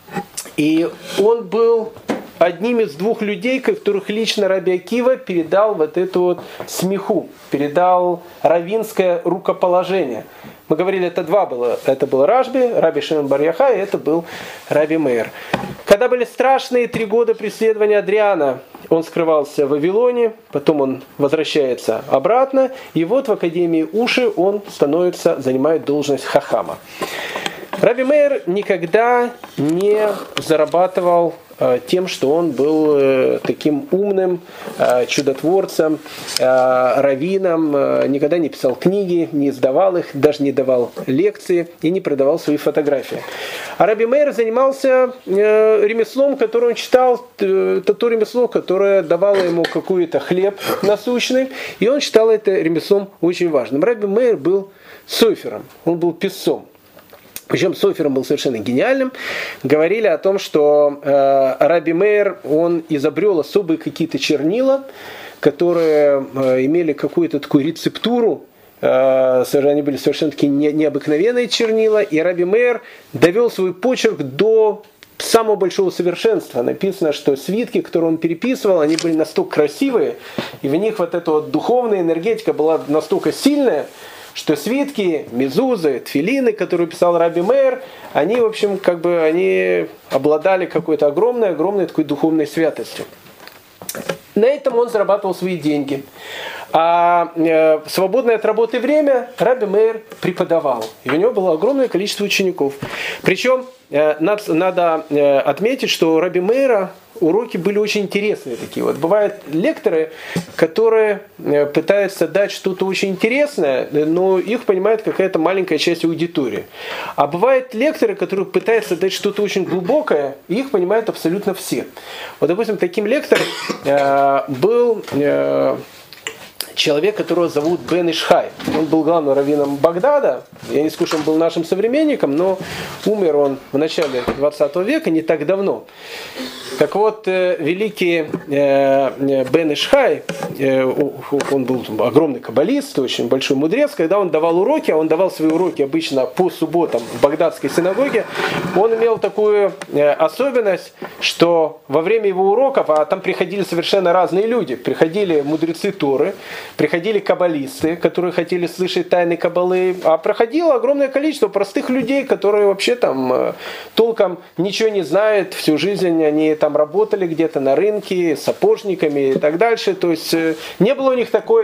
и он был одним из двух людей, которых лично Раби Акива передал вот эту вот смеху, передал раввинское рукоположение. Мы говорили, это два было. Это был Рашби, Раби Шимон бар Йохай, и это был Раби Меир. Когда были страшные три года преследования Адриана, он скрывался в Вавилоне, потом он возвращается обратно, и вот в Академии Уши он становится, занимает должность хахама. Раби Меир никогда не зарабатывал тем, что он был таким умным чудотворцем, раввином, никогда не писал книги, не издавал их, даже не давал лекции и не продавал свои фотографии. А Раби Меир занимался ремеслом, которое он читал, это то ремесло, которое давало ему какой-то хлеб насущный, и он считал это ремеслом очень важным. Раби Меир был софером, он был писцом. Причем софером был совершенно гениальным. Говорили о том, что э, Раби Меир, он изобрел особые какие-то чернила, которые э, имели какую-то такую рецептуру. Э, они были совершенно такие не, необыкновенные чернила. И Раби Меир довел свой почерк до самого большого совершенства. Написано, что свитки, которые он переписывал, они были настолько красивые, и в них вот эта вот духовная энергетика была настолько сильная, что свитки, мезузы, тфилины, которые писал Раби Меир, они, в общем, как бы, они обладали какой-то огромной-огромной такой духовной святостью. На этом он зарабатывал свои деньги. А э, свободное от работы время Раби Меир преподавал. И у него было огромное количество учеников. Причем э, надо, надо э, отметить, что у Раби Меира уроки были очень интересные такие. Вот бывают лекторы, которые э, пытаются дать что-то очень интересное, но их понимает какая-то маленькая часть аудитории. А бывают лекторы, которые пытаются дать что-то очень глубокое, и их понимают абсолютно все. Вот, допустим, таким лектором э, был э, человек, которого зовут Бен Иш Хай. Он был главным раввином Багдада. Я не скажу, что он был нашим современником, но умер он в начале двадцатого века, не так давно. Так вот, великий Бен Иш Хай, он был огромный каббалист, очень большой мудрец. Когда он давал уроки, а он давал свои уроки обычно по субботам в багдадской синагоге, он имел такую особенность, что во время его уроков, а там приходили совершенно разные люди, приходили мудрецы Торы, приходили каббалисты, которые хотели слышать тайны каббалы, а проходило огромное количество простых людей, которые вообще там толком ничего не знают, всю жизнь они там работали где-то на рынке, сапожниками и так дальше. То есть не было у них такой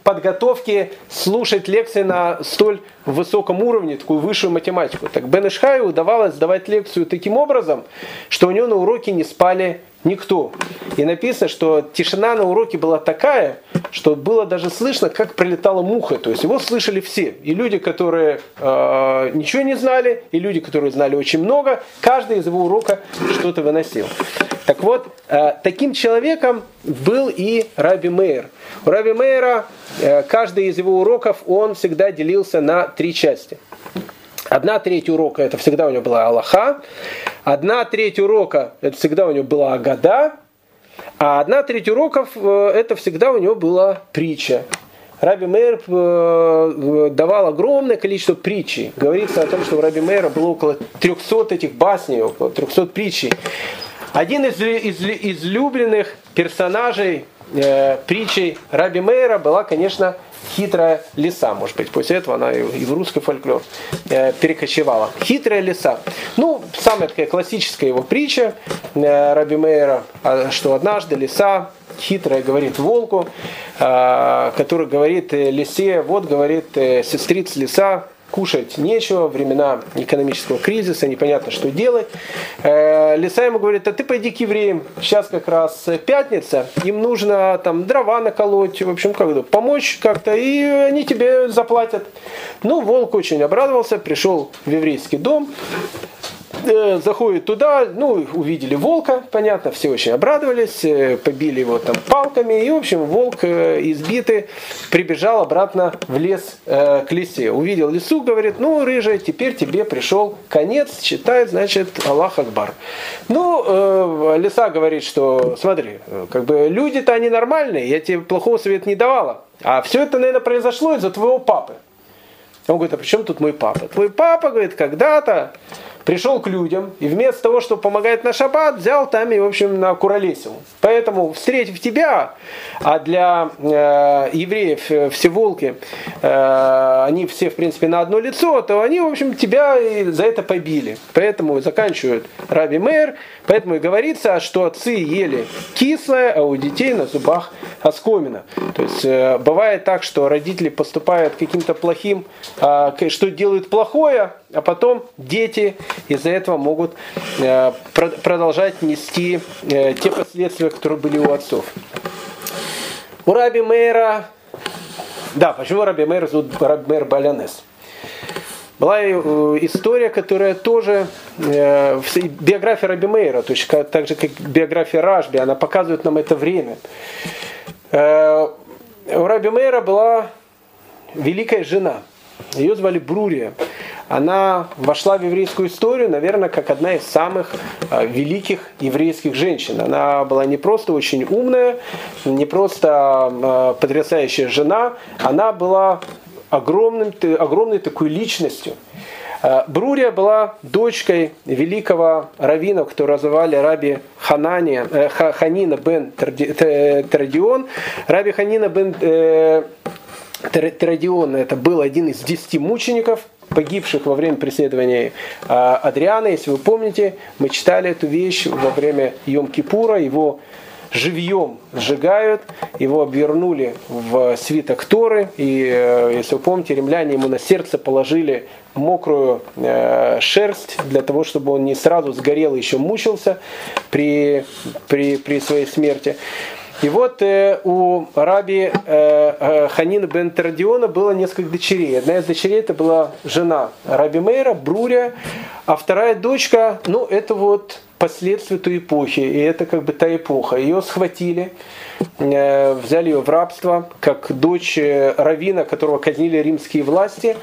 подготовки слушать лекции на столь высоком уровне, такую высшую математику. Так Бен Иш Хаю удавалось давать лекцию таким образом, что у него на уроке не спали никто. И написано, что тишина на уроке была такая, что было даже слышно, как пролетала муха. То есть его слышали все. И люди, которые э, ничего не знали, и люди, которые знали очень много. Каждый из его урока что-то выносил. Так вот, э, таким человеком был и Раби Меир. У Раби Меира э, каждый из его уроков он всегда делился на три части. Одна треть урока это всегда у него была алаха, одна треть урока это всегда у него была агада, а одна треть уроков это всегда у него была притча. Раби Меир давал огромное количество притчей. Говорится о том, что у Раби Меира было около трехсот этих басней, около трехсот притчей. Один из, из, из излюбленных персонажей э, притчей Раби Меира была, конечно, хитрая лиса, может быть, после этого она и в русский фольклор э, перекочевала. Хитрая лиса. Ну, самая такая классическая его притча э, Раби Меира, что однажды лиса хитрая говорит волку, э, который говорит лисе, вот, говорит, э, сестрица лиса, кушать нечего, времена экономического кризиса, непонятно, что делать. Э, лиса ему говорит, а ты пойди к евреям, сейчас как раз пятница, им нужно там дрова наколоть, в общем, как-то помочь как-то, и они тебе заплатят. Ну, волк очень обрадовался, пришел в еврейский дом, э, заходит туда, ну, увидели волка, понятно, все очень обрадовались, э, побили его там палками, и, в общем, волк э, избитый прибежал обратно в лес э, к лисе. Увидел лису, говорит, ну, рыжая, теперь тебе пришел конец, читай, значит, Аллах Акбар. Ну, э, лиса говорит, что, смотри, как бы люди-то они нормальные, я тебе плохого совета не давала, а все это, наверное, произошло из-за твоего папы. Он говорит, а при чем тут мой папа? Твой папа, говорит, когда-то пришел к людям и вместо того, чтобы помогать на шаббат, взял там и, в общем, накуролесил. Поэтому, встретив тебя, а для э, евреев э, все волки, э, они все, в принципе, на одно лицо, то они, в общем, тебя и за это побили. Поэтому заканчивают Раби Меир, поэтому и говорится, что отцы ели кислое, а у детей на зубах оскомина. То есть, э, бывает так, что родители поступают каким-то плохим, э, что делают плохое, а потом дети из-за этого могут э, продолжать нести э, те последствия, которые были у отцов. У Раби Меира, да, почему Раби Меир зовут Раби Меир Бааль ха-Нес? Была э, история, которая тоже, э, в биографии Раби Меира, то есть как, так же как биография Рашби, она показывает нам это время. Э, у Раби Меира была великая жена, ее звали Брурия. Она вошла в еврейскую историю, наверное, как одна из самых э, великих еврейских женщин. Она была не просто очень умная, не просто э, потрясающая жена, она была огромным, огромной такой личностью. Э, Брурия была дочкой великого раввина, которого называли Раби Ханания, э, Ханина бен Терадион. Раби Ханина бен э, Терадион это был один из десяти мучеников, погибших во время преследования Адриана. Если вы помните, мы читали эту вещь во время Йом-Кипура. Его живьем сжигают, его обвернули в свиток Торы. И, если вы помните, римляне ему на сердце положили мокрую шерсть для того, чтобы он не сразу сгорел и еще мучился при, при, при своей смерти. И вот э, у раби э, э, Ханина бен Терадиона было несколько дочерей. Одна из дочерей это была жена Раби Меира, Брурия, а вторая дочка, ну это вот последствия той эпохи, и это как бы та эпоха. Ее схватили, э, взяли ее в рабство, как дочь раввина, которого казнили римские власти.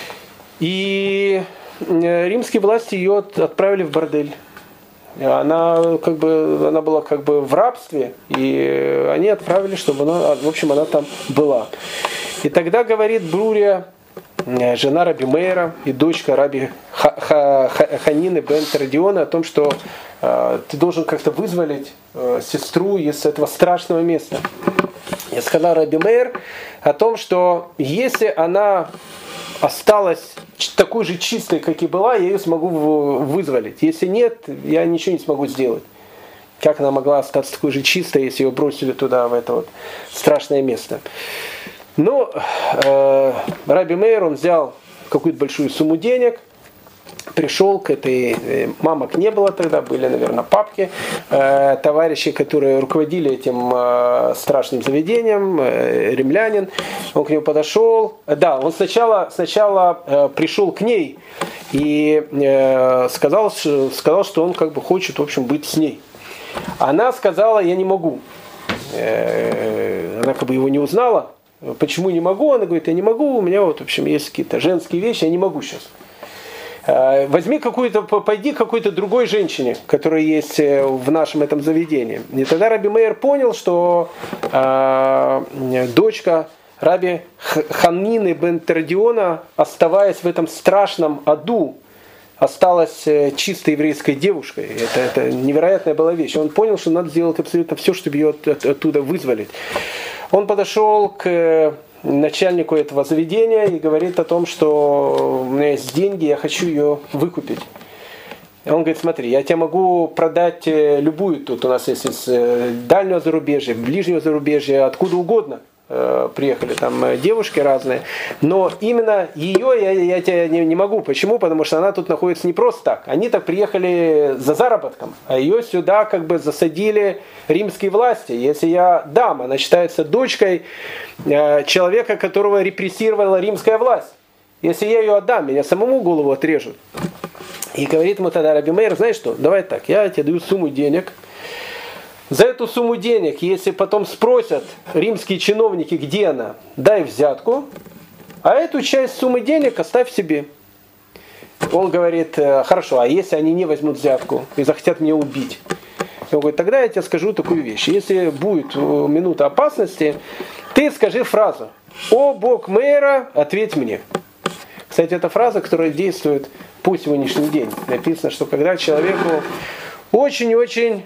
И э, римские власти ее отправили в бордель. Она, как бы, она была как бы в рабстве, и они отправили, чтобы она, в общем, она там была. И тогда говорит Брурия, жена Раби Меира и дочка Раби Ханины бен Терадиона, о том, что э, ты должен как-то вызволить э, сестру из этого страшного места. Я сказал Раби Меир о том, что если она осталась такой же чистой, как и была, я ее смогу вызволить. Если нет, я ничего не смогу сделать. Как она могла остаться такой же чистой, если ее бросили туда, в это вот страшное место? Но э, Раби Меир, он взял какую-то большую сумму денег, пришел к этой, мамок не было тогда, были, наверное, папки, э, товарищи, которые руководили этим э, страшным заведением, э, римлянин, он к нему подошел, да, он сначала, сначала э, пришел к ней и э, сказал, сказал, что он как бы хочет, в общем, быть с ней. Она сказала, я не могу. Э, она как бы его не узнала. Почему не могу? Она говорит, я не могу, у меня вот, в общем, есть какие-то женские вещи, я не могу сейчас. Возьми какую-то, пойди к какой-то другой женщине, которая есть в нашем этом заведении. И тогда Раби Меир понял, что э, дочка Раби Ханнины бен Тердиона, оставаясь в этом страшном аду, осталась чистой еврейской девушкой. Это, это невероятная была вещь. Он понял, что надо сделать абсолютно все, чтобы ее от, от, оттуда вызволить. Он подошел к начальнику этого заведения и говорит о том, что у меня есть деньги, я хочу ее выкупить. Он говорит, смотри, я тебе могу продать любую, тут у нас есть из дальнего зарубежья, ближнего зарубежья, откуда угодно приехали там девушки разные, но именно ее я, я тебе не, не могу. Почему? Потому что она тут находится не просто так. Они так приехали за заработком, а ее сюда как бы засадили римские власти. Если я дам, она считается дочкой человека, которого репрессировала римская власть. Если я ее отдам, меня самому голову отрежут. И говорит ему тогда Раби Меир, знаешь что, давай так, я тебе даю сумму денег. За эту сумму денег, если потом спросят римские чиновники, где она, дай взятку, а эту часть суммы денег оставь себе. Он говорит, хорошо, а если они не возьмут взятку и захотят меня убить? Он говорит, тогда я тебе скажу такую вещь. Если будет минута опасности, ты скажи фразу: «О Бог Меира, ответь мне». Кстати, это фраза, которая действует по сегодняшний день. Написано, что когда человеку очень-очень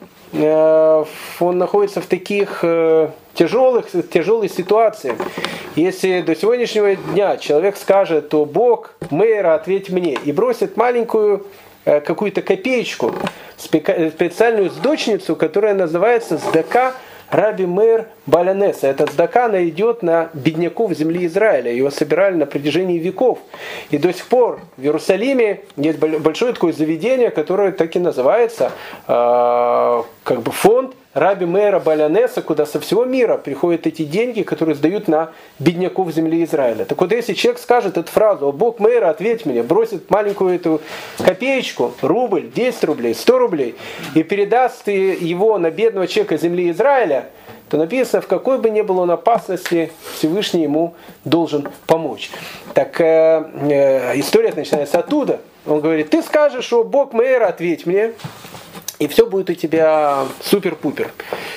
он находится в таких тяжелых, тяжелой ситуации. Если до сегодняшнего дня человек скажет, то Бог Меира, ответь мне, и бросит маленькую какую-то копеечку, специальную сдочницу, которая называется сдака Раби Меир Балянеса. Эта сдака, она идет на бедняков земли Израиля. Ее собирали на протяжении веков. И до сих пор в Иерусалиме есть большое такое заведение, которое так и называется, э, как бы фонд Раби Меира Балянеса, куда со всего мира приходят эти деньги, которые сдают на бедняков земли Израиля. Так вот, если человек скажет эту фразу: «О Бог Меира, ответь мне», бросит маленькую эту копеечку, рубль, десять рублей, сто рублей, и передаст его на бедного человека земли Израиля, то написано, в какой бы ни было он опасности, Всевышний ему должен помочь. Так э, э, история начинается оттуда. Он говорит, ты скажешь: «О Бог Меира, ответь мне», и все будет у тебя супер-пупер.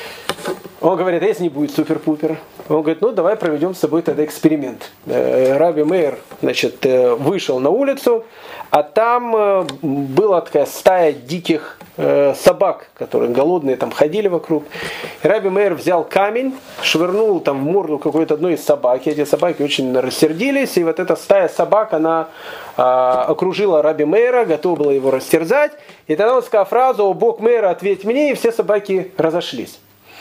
Он говорит, а если не будет супер-пупер? Он говорит, ну давай проведем с тобой тогда эксперимент. Раби Меир, значит, вышел на улицу, а там была такая стая диких собак, которые голодные там ходили вокруг. И Раби Меир взял камень, швырнул там в морду какой-то одной из собак. Эти собаки очень рассердились, и вот эта стая собак, она а, окружила Раби Меира, готова была его растерзать. И тогда он сказал фразу: «О Бог Меира, ответь мне», и все собаки разошлись.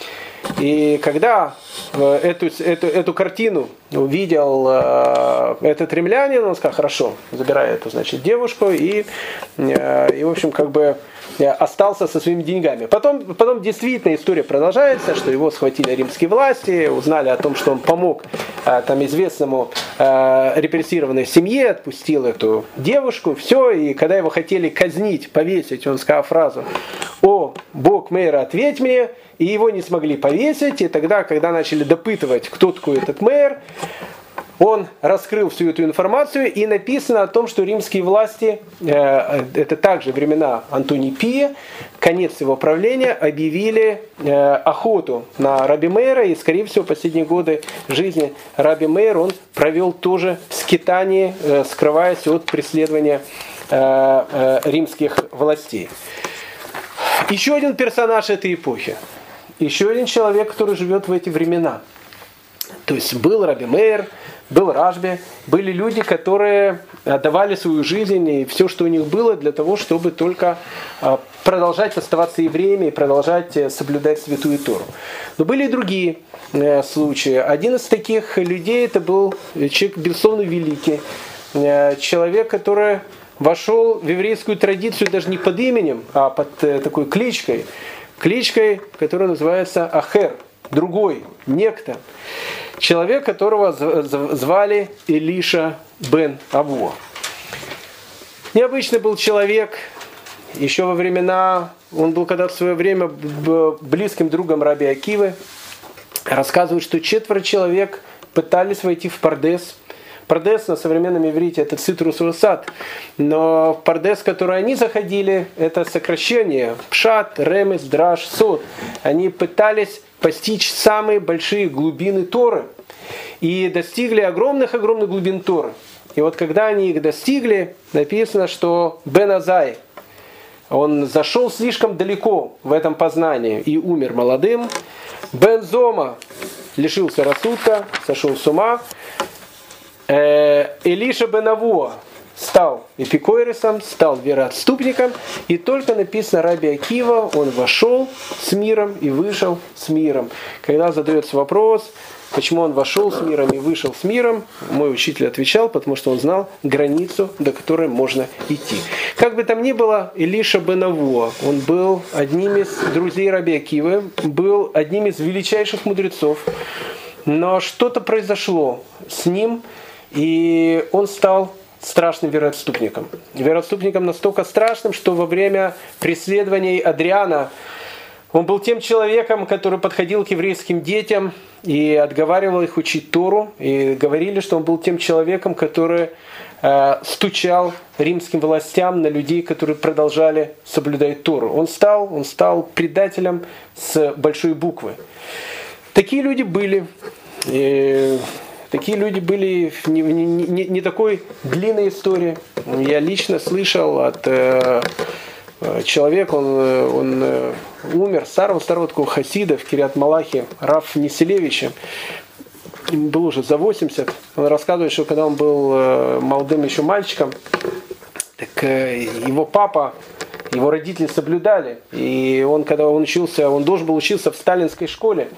И когда эту, эту, эту картину увидел э, этот римлянин, он сказал: хорошо, забирай эту, значит, девушку, и, э, и в общем, как бы остался со своими деньгами. Потом, потом действительно история продолжается, что его схватили римские власти, узнали о том, что он помог э, там известному э, репрессированной семье, отпустил эту девушку, все, и когда его хотели казнить, повесить, он сказал фразу: «О, Бог Меира, ответь мне», и его не смогли повесить, и тогда, когда начали допытывать, кто такой этот Меир, он раскрыл всю эту информацию, и написано о том, что римские власти, э, это также времена Антоний Пия, конец его правления, объявили э, охоту на Раби Меира, и, скорее всего, последние годы жизни Раби Меир он провел тоже в скитании, э, скрываясь от преследования э, э, римских властей. Еще один персонаж этой эпохи, еще один человек, который живет в эти времена. То есть был Раби Мейр, был Рашби, были люди, которые отдавали свою жизнь и все, что у них было, для того, чтобы только продолжать оставаться евреями и продолжать соблюдать Святую Тору. Но были и другие случаи. Один из таких людей это был человек, безусловно, великий, человек, который вошел в еврейскую традицию даже не под именем, а под такой кличкой, кличкой, которая называется Ахер, другой, некто. Человек, которого звали Элиша бен Авуа. Необычный был человек. Еще во времена, он был когда-то в свое время близким другом Раби Акивы. Рассказывают, что четверо человек пытались войти в Пардес. Пардес на современном иврите это цитрусовый сад. Но в Пардес, в который они заходили, это сокращение. Пшат, ремес, драш, сот. Они пытались постичь самые большие глубины Торы. И достигли огромных-огромных глубин Торы. И вот когда они их достигли, написано, что Бен Азай, он зашел слишком далеко в этом познании и умер молодым. Бен Зома лишился рассудка, сошел с ума. Элиша бен Авуа стал эпикойресом, стал вероотступником, и только написано Раби Акива, он вошел с миром и вышел с миром. Когда задается вопрос, почему он вошел с миром и вышел с миром, мой учитель отвечал, потому что он знал границу, до которой можно идти. Как бы там ни было, Элиша бен Авуа, он был одним из друзей Раби Акивы, был одним из величайших мудрецов, но что-то произошло с ним, и он стал страшным вероотступником. Вероотступником настолько страшным, что во время преследований Адриана он был тем человеком, который подходил к еврейским детям и отговаривал их учить Тору. И говорили, что он был тем человеком, который э, стучал римским властям на людей, которые продолжали соблюдать Тору. Он стал, он стал предателем с большой буквы. Такие люди были. И Такие люди были не, не, не, не такой длинной истории. Я лично слышал от э, человека, он, он э, умер, старого-старого такого хасида в Кирьят-Малахе, Рав Неселевича. Ему было уже за восемьдесят. Он рассказывает, что когда он был э, молодым еще мальчиком, так э, его папа, его родители соблюдали. И он, когда он учился, он должен был учиться в сталинской школе.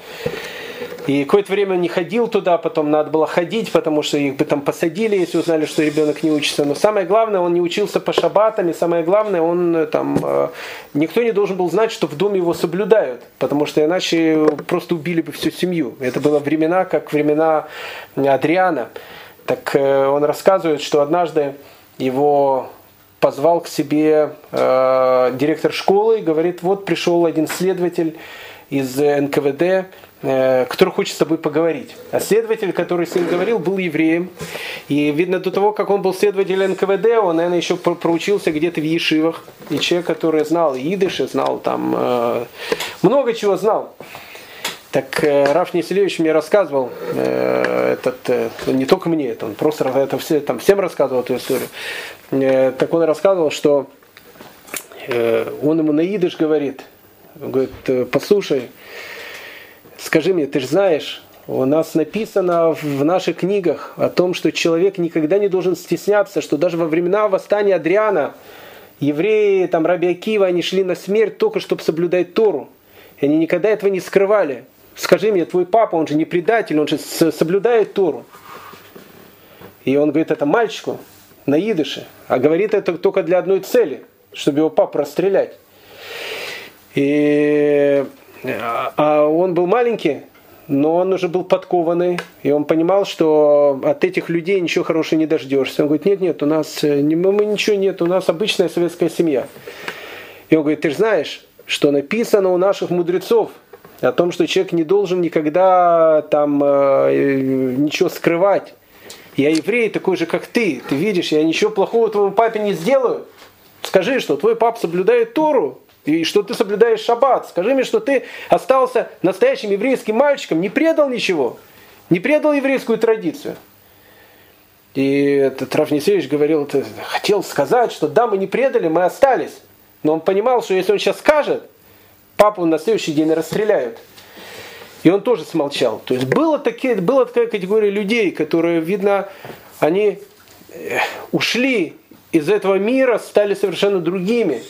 И какое-то время он не ходил туда, потом надо было ходить, потому что их бы там посадили, если узнали, что ребенок не учится. Но самое главное, он не учился по шаббатам, и самое главное, он там, э, никто не должен был знать, что в доме его соблюдают, потому что иначе просто убили бы всю семью. Это было времена, как времена Адриана. Так э, он рассказывает, что однажды его позвал к себе э, директор школы и говорит, вот пришел один следователь из эн ка вэ дэ, который хочет с тобой поговорить. А следователь, который с ним говорил, был евреем. И видно, до того, как он был следователем эн ка вэ дэ, он, наверное, еще проучился где-то в ешивах. И человек, который знал идиш, знал там э, много чего знал. Так э, Рав Неселевич мне рассказывал, э, этот, э, не только мне, это он просто это все, там, всем рассказывал эту историю. Э, так он рассказывал, что э, он ему на идиш говорит, говорит, послушай, скажи мне, ты же знаешь, у нас написано в наших книгах о том, что человек никогда не должен стесняться, что даже во времена восстания Адриана евреи, там, Раби Акива, они шли на смерть только, чтобы соблюдать Тору. И они никогда этого не скрывали. Скажи мне, твой папа, он же не предатель, он же соблюдает Тору. И он говорит это мальчику на идыше, а говорит это только для одной цели, чтобы его папу расстрелять. И... А он был маленький, но он уже был подкованный, и он понимал, что от этих людей ничего хорошего не дождешься. Он говорит, нет, нет, у нас мы ничего нет, у нас обычная советская семья. И он говорит, ты же знаешь, что написано у наших мудрецов о том, что человек не должен никогда там ничего скрывать. Я еврей такой же, как ты. Ты видишь, я ничего плохого твоему папе не сделаю. Скажи, что твой папа соблюдает Тору. И что ты соблюдаешь шаббат. Скажи мне, что ты остался настоящим еврейским мальчиком, не предал ничего, не предал еврейскую традицию. И этот Рав Неселевич говорил, хотел сказать, что да, мы не предали, мы остались. Но он понимал, что если он сейчас скажет, папу на следующий день расстреляют. И он тоже смолчал. То есть было такие, была такая категория людей, которые, видно, они ушли из этого мира, стали совершенно другими.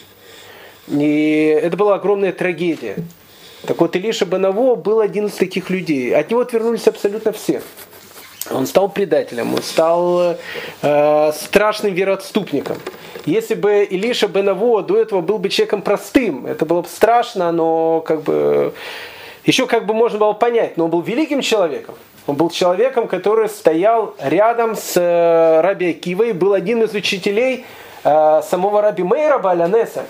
И это была огромная трагедия. Так вот, Илиша бен Аво был один из таких людей. От него отвернулись абсолютно все. Он стал предателем, он стал э, страшным вероотступником. Если бы Илиша бен Аво до этого был бы человеком простым, это было бы страшно, но как бы еще как бы можно было понять, но он был великим человеком. Он был человеком, который стоял рядом с э, Раби Акивой, был один из учителей э, самого Раби Меира бааль ха-Несса.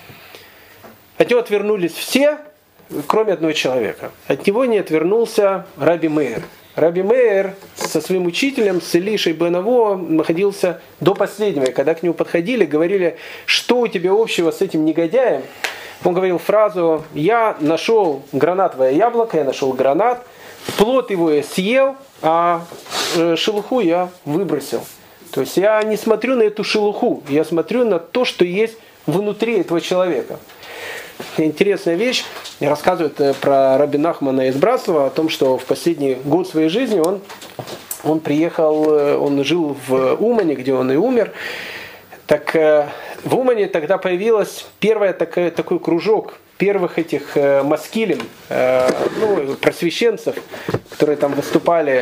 От него отвернулись все, кроме одного человека. От него не отвернулся Раби Меир. Раби Меир со своим учителем, с Илишей бен Аво, находился до последнего. И когда к нему подходили, говорили, что у тебя общего с этим негодяем, он говорил фразу: я нашел гранатовое яблоко, я нашел гранат, плод его я съел, а шелуху я выбросил. То есть я не смотрю на эту шелуху, я смотрю на то, что есть внутри этого человека. Интересная вещь. Рассказывают про Раби Нахмана из Братства о том, что в последний год своей жизни он, он приехал, он жил в Умане, где он и умер. Так в Умане тогда появилась первая такая, такой кружок первых этих маскилим, ну, просвещенцев, которые там выступали.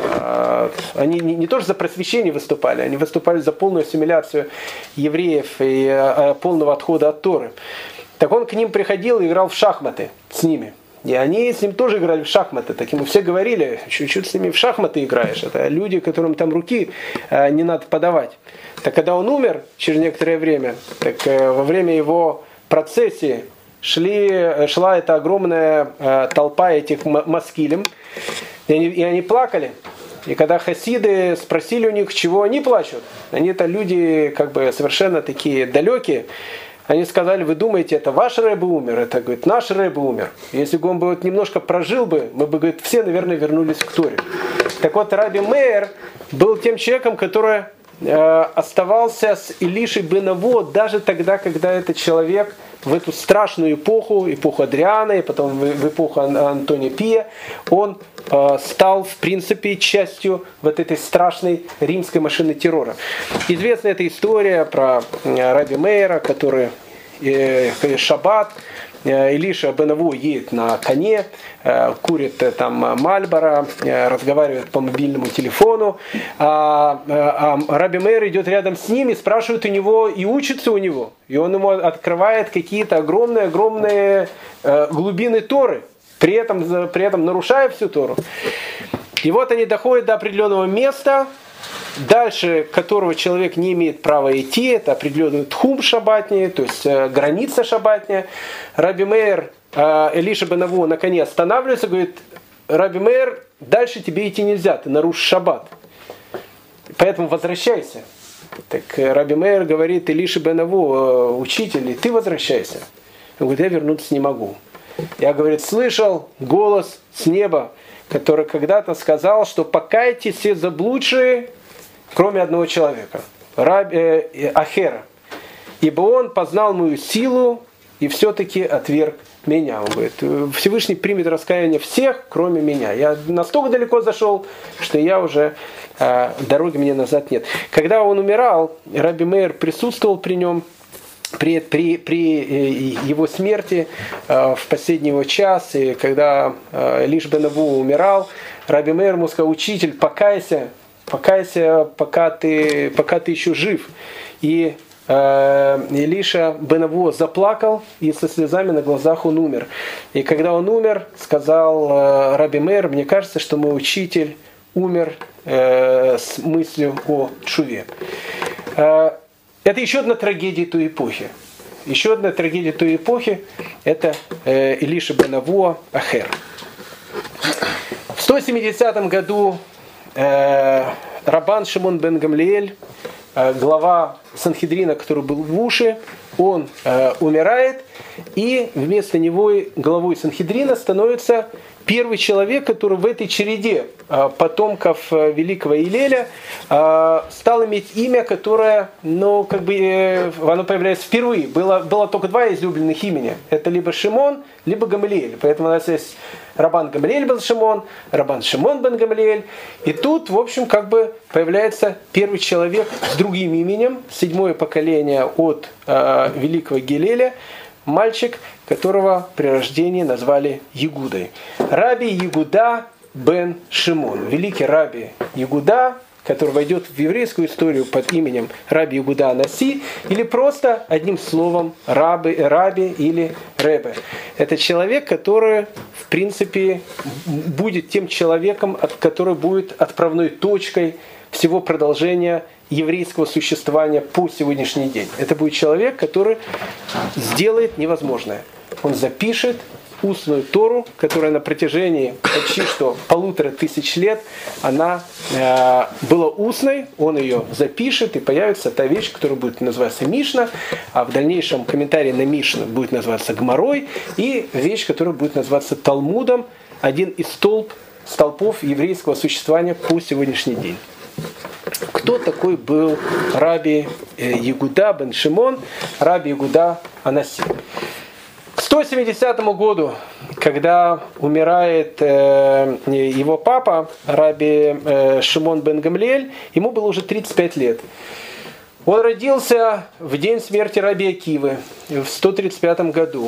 Они не, не тоже за просвещение выступали, они выступали за полную ассимиляцию евреев и полного отхода от Торы. Так он к ним приходил и играл в шахматы с ними. И они с ним тоже играли в шахматы. Так ему все говорили, чуть-чуть с ними в шахматы играешь. Это люди, которым там руки э, не надо подавать. Так когда он умер через некоторое время, так э, во время его процессии шли, шла эта огромная э, толпа этих маскилим. И они, и они плакали. И когда хасиды спросили у них, чего они плачут, они-то люди как бы совершенно такие далекие. Они сказали: вы думаете, это ваш рэбе умер? Это, говорит, наш рэбе умер. Если бы он бы вот немножко прожил бы, мы бы, говорит, все, наверное, вернулись к Торе. Так вот, Раби Меир был тем человеком, который э, оставался с Илишей бен Аво даже тогда, когда этот человек в эту страшную эпоху, эпоху Адриана, и потом в, в эпоху Антония Пия, он э, стал, в принципе, частью вот этой страшной римской машины террора. Известна эта история про э, Раби Меира, который э, шаббат, э, Илиша бен Аво едет на коне, э, курит э, там Мальборо, э, разговаривает по мобильному телефону, а, а, а Раби Меир идет рядом с ним и спрашивает у него и учится у него. И он ему открывает какие-то огромные-огромные э, глубины Торы, при этом, при этом нарушая всю Тору. И вот они доходят до определенного места, дальше которого человек не имеет права идти. Это определенный тхум шаббатний, то есть э, граница шаббатня. Раби Меир, э, Илиша бен Аво на коне останавливается и говорит: Раби Меир, дальше тебе идти нельзя, ты нарушишь шаббат. Поэтому возвращайся. Так Раби Меир говорит Илише бен Аво: учитель, и ты возвращайся. Он говорит: я вернуться не могу. Я, говорит, слышал голос с неба, который когда-то сказал, что покайтесь все заблудшие, кроме одного человека, Раби, э, Ахера. Ибо он познал мою силу и все-таки отверг меня. Он говорит: Всевышний примет раскаяние всех, кроме меня. Я настолько далеко зашел, что я уже э, дороги мне назад нет. Когда он умирал, Раби Меир присутствовал при нем. При, при, при его смерти, э, в последний его час, и когда э, Илиш бен Аво умирал, Раби Меир ему сказал: учитель, покайся, покайся, пока ты, пока ты еще жив. И э, Илиша бен Аво заплакал, и со слезами на глазах он умер. И когда он умер, сказал э, Раби Меир: мне кажется, что мой учитель умер э, с мыслью о тшуве. Э, Это еще одна трагедия той эпохи. Еще одна трагедия той эпохи – это э, Илиша бен Аво Ахер. В сто семидесятом году э, Рабан Шимон бен Гамлиэль, э, глава Санхедрина, который был в Уше, он э, умирает, и вместо него главой Санхедрина становится первый человек, который в этой череде потомков великого Илеля стал иметь имя, которое, ну, как бы, оно появляется впервые. Было, было только два излюбленных имени. Это либо Шимон, либо Гамалиэль. Поэтому у нас есть Рабан Гамалиэль бен Шимон, Рабан Шимон бен Гамалиэль. И тут, в общем, как бы появляется первый человек с другим именем, седьмое поколение от э, великого Гилеля, мальчик, которого при рождении назвали Ягудой. Раби Ягуда бен Шимон. Великий раби Ягуда, который войдет в еврейскую историю под именем Раби Ягуда Анаси, или просто одним словом Раби, Раби или Ребе. Это человек, который, в принципе, будет тем человеком, который будет отправной точкой всего продолжения еврейского существования по сегодняшний день. Это будет человек, который сделает невозможное. Он запишет устную Тору, которая на протяжении почти что полутора тысяч лет она э, была устной, он ее запишет, и появится та вещь, которая будет называться Мишна, а в дальнейшем комментарий на Мишну будет называться Гмарой, и вещь, которая будет называться Талмудом, один из столб, столпов еврейского существования по сегодняшний день. Кто такой был Раби Ягуда бен Шимон, Раби Ягуда Анаси? К сто семидесятому году, когда умирает э, его папа, Раби э, Шимон бен Гамлиэль, ему было уже тридцать пять лет. Он родился в день смерти Раби Акивы в сто тридцать пятом году.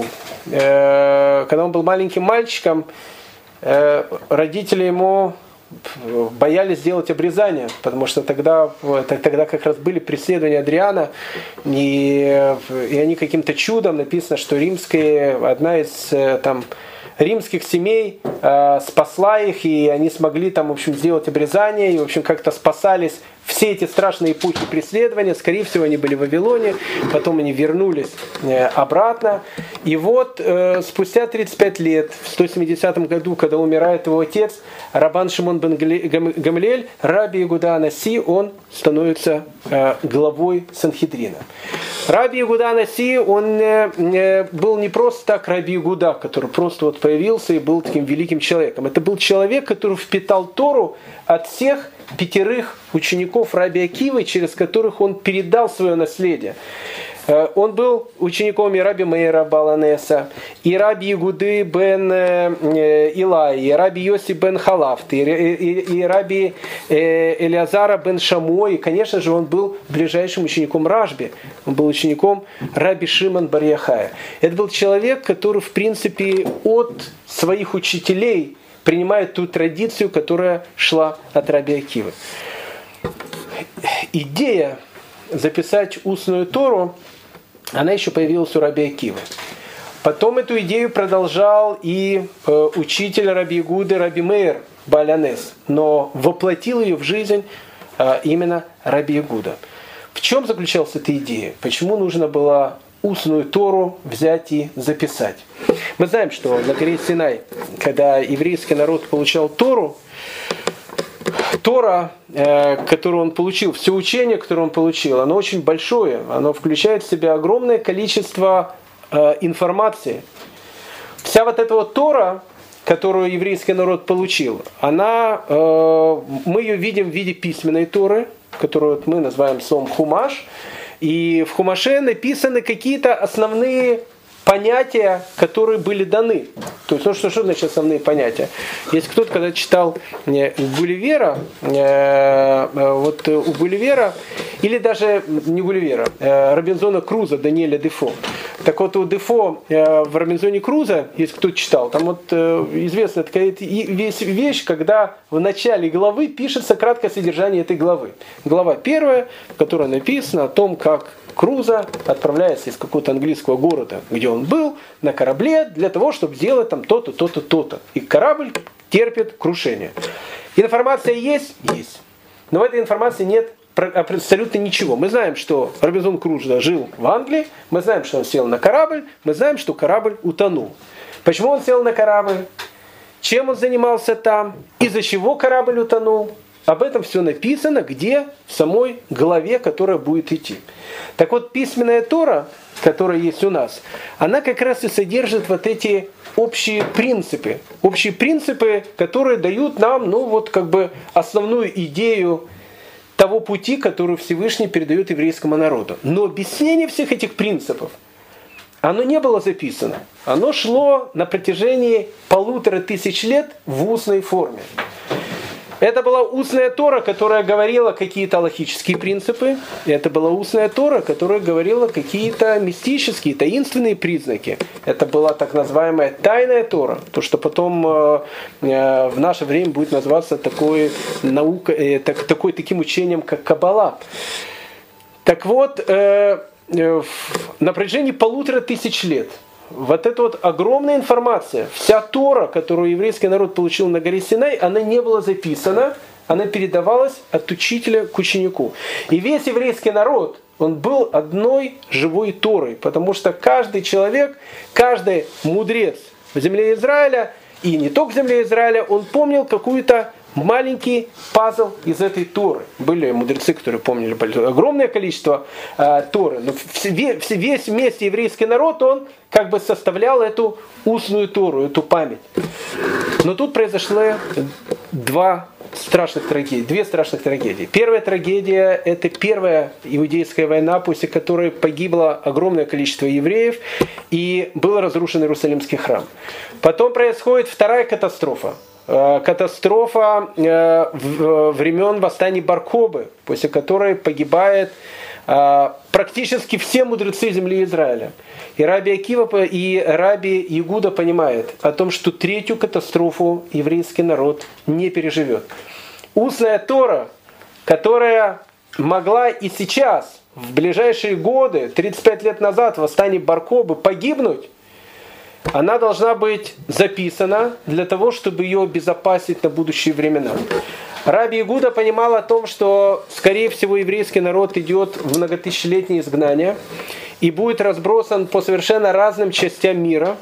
Э, когда он был маленьким мальчиком, э, родители ему боялись сделать обрезание, потому что тогда, тогда как раз были преследования Адриана, и, и они каким-то чудом, написано, что римская, одна из там, римских семей э, спасла их, и они смогли там, в общем, сделать обрезание, и, в общем, как-то спасались все эти страшные эпохи преследования. Скорее всего, они были в Вавилоне, потом они вернулись э, обратно. И вот э, спустя тридцать пять лет, в сто семидесятом году, когда умирает его отец, Рабан Шимон бен Гамлиэль, Раби Ягуда Анаси, он становится э, главой Санхедрина. Раби Ягуда Анаси, он э, э, был не просто так Раби Ягуда, который просто вот появился и был таким великим человеком. Это был человек, который впитал Тору от всех пятерых учеников Раби Акивы, через которых он передал свое наследие. Он был учеником и Раби Меира Баланеса, и Раби Ягуды бен Илай, и Раби Йоси бен Халафт, и, и, и Раби Элиазара бен Шамо, и, конечно же, он был ближайшим учеником Рашби, он был учеником Раби Шимон бар Йохая. Это был человек, который, в принципе, от своих учителей принимает ту традицию, которая шла от Раби Акивы. Идея записать устную Тору, она еще появилась у Раби Акивы. Потом эту идею продолжал и э, учитель Раби Ягуды Раби Меир бааль ха-Нес, но воплотил ее в жизнь э, именно Раби Ягуда. В чем заключалась эта идея? Почему нужно было устную Тору взять и записать? Мы знаем, что на горе Синай, когда еврейский народ получал Тору, Тора, э, которую он получил, все учение, которое он получил, оно очень большое, оно включает в себя огромное количество э, информации. Вся вот эта вот Тора, которую еврейский народ получил, она, э, мы ее видим в виде письменной Торы, которую мы называем словом Хумаш, и в Хумаше написаны какие-то основные понятия, которые были даны. То есть, ну что, что значит основные понятия? Если кто-то, когда читал Гулливера, э, вот у Гулливера, или даже не Гулливера, э, Робинзона Круза, Даниэля Дефо. Так вот, у Дефо э, в Робинзоне Круза, если кто-то читал, там вот э, известная такая вещь, когда в начале главы пишется краткое содержание этой главы. Глава первая, в которой написано о том, как Круза отправляется из какого-то английского города, где он был, на корабле для того, чтобы сделать там то-то, то-то, то-то. И корабль терпит крушение. Информация есть? Есть. Но в этой информации нет абсолютно ничего. Мы знаем, что Робинзон Крузо жил в Англии, мы знаем, что он сел на корабль, мы знаем, что корабль утонул. Почему он сел на корабль? Чем он занимался там? Из-за чего корабль утонул? Об этом все написано, где? В самой главе, которая будет идти. Так вот, письменная Тора, которая есть у нас, она как раз и содержит вот эти общие принципы. Общие принципы, которые дают нам, ну вот как бы основную идею того пути, который Всевышний передает еврейскому народу. Но объяснение всех этих принципов, оно не было записано. Оно шло на протяжении полутора тысяч лет в устной форме. Это была устная Тора, которая говорила какие-то логические принципы. И это была устная Тора, которая говорила какие-то мистические, таинственные признаки. Это была так называемая тайная Тора. То, что потом э, э, в наше время будет называться такой, наука, э, так, такой, таким учением, как Каббала. Так вот, э, э, на протяжении полутора тысяч лет вот эта вот огромная информация, вся Тора, которую еврейский народ получил на горе Синай, она не была записана, она передавалась от учителя к ученику. И весь еврейский народ, он был одной живой Торой, потому что каждый человек, каждый мудрец в земле Израиля, и не только в земле Израиля, он помнил какую-то маленький пазл из этой Торы. Были мудрецы, которые помнили огромное количество э, Торы, но весь, весь вместе еврейский народ, он как бы составлял эту устную Тору, эту память. Но тут произошло два страшных трагедии, две страшных трагедии. Первая трагедия – это первая иудейская война, после которой погибло огромное количество евреев и был разрушен Иерусалимский храм. Потом происходит вторая катастрофа. Катастрофа времен восстания Бар-Кохбы, после которой погибает практически все мудрецы земли Израиля. И Раби Акива и Раби Ягуда понимают о том, что третью катастрофу еврейский народ не переживет. Устная Тора, которая могла и сейчас, в ближайшие годы, тридцать пять лет назад, в восстании Бар-Кохбы погибнуть, она должна быть записана для того, чтобы ее обезопасить на будущие времена. Раби Ягуда понимал о том, что, скорее всего, еврейский народ идет в многотысячелетнее изгнание и будет разбросан по совершенно разным частям мира.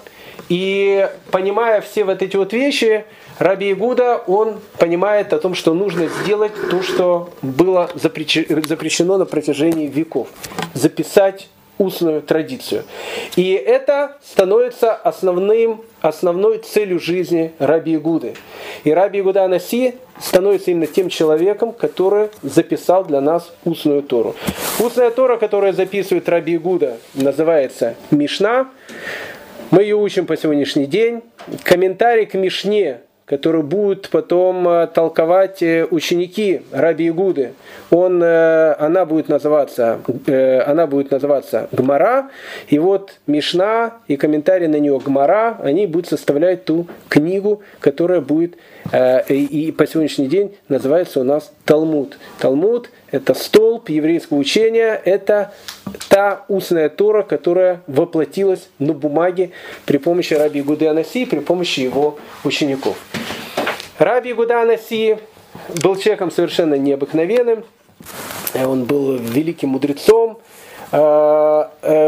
И понимая все вот эти вот вещи, Раби Ягуда, он понимает о том, что нужно сделать то, что было запрещено на протяжении веков. Записать устную традицию. И это становится основным, основной целью жизни Раби Ягуды. И Раби Ягуда Анаси становится именно тем человеком, который записал для нас устную Тору. Устная Тора, которую записывает Раби Ягуда, называется Мишна. Мы ее учим по сегодняшний день. Комментарий к Мишне, который будут потом толковать ученики Раби Ягуды, он, она, будет называться, она будет называться Гмара. И вот Мишна и комментарий на нее Гмара, они будут составлять ту книгу, которая будет и по сегодняшний день называется у нас Талмуд. Талмуд – это столб еврейского учения, это та устная Тора, которая воплотилась на бумаге при помощи Раби Ягуды Анаси, при помощи его учеников. Раби Ягуда Анаси был человеком совершенно необыкновенным, он был великим мудрецом, он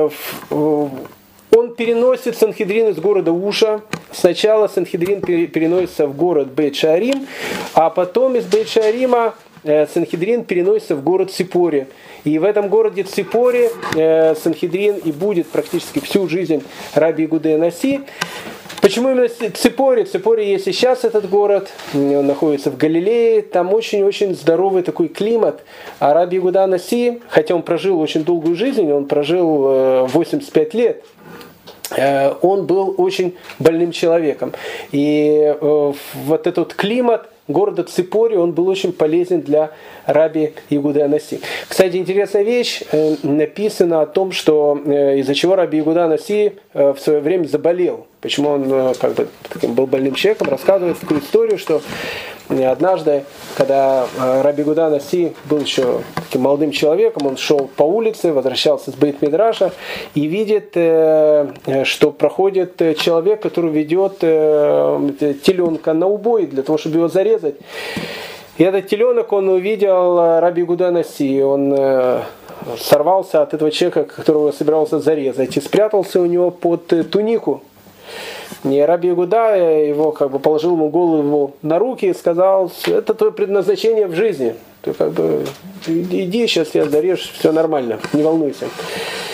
переносит Санхедрин из города Уша. Сначала Санхедрин переносится в город Бейт-Шаарим, а потом из Бейт-Шаарима Санхедрин переносится в город Ципори. И в этом городе Ципори Санхедрин и будет практически всю жизнь Раби Ягуды Анаси. Почему именно Ципори? Ципори есть и сейчас этот город, он находится в Галилее, там очень-очень здоровый такой климат. А Раби Ягуда Анаси, хотя он прожил очень долгую жизнь, он прожил восемьдесят пять лет, он был очень больным человеком. И вот этот климат города Ципори, он был очень полезен для Раби Ягуды Анаси. Кстати, интересная вещь, написано о том, что из-за чего Раби Ягуда Анаси в свое время заболел. Почему он как бы таким был больным человеком, рассказывает такую историю, что однажды, когда Раби Ягуда Анаси был еще таким молодым человеком, он шел по улице, возвращался с Бейт-Мидраша и видит, что проходит человек, который ведет теленка на убой для того, чтобы его зарезать. И этот теленок, он увидел Раби Ягуда Анаси, он сорвался от этого человека, которого собирался зарезать, и спрятался у него под тунику. И Раби Ягуда его как бы положил ему голову на руки и сказал: это твое предназначение в жизни. Ты как бы иди, сейчас тебя зарежешь, все нормально, не волнуйся.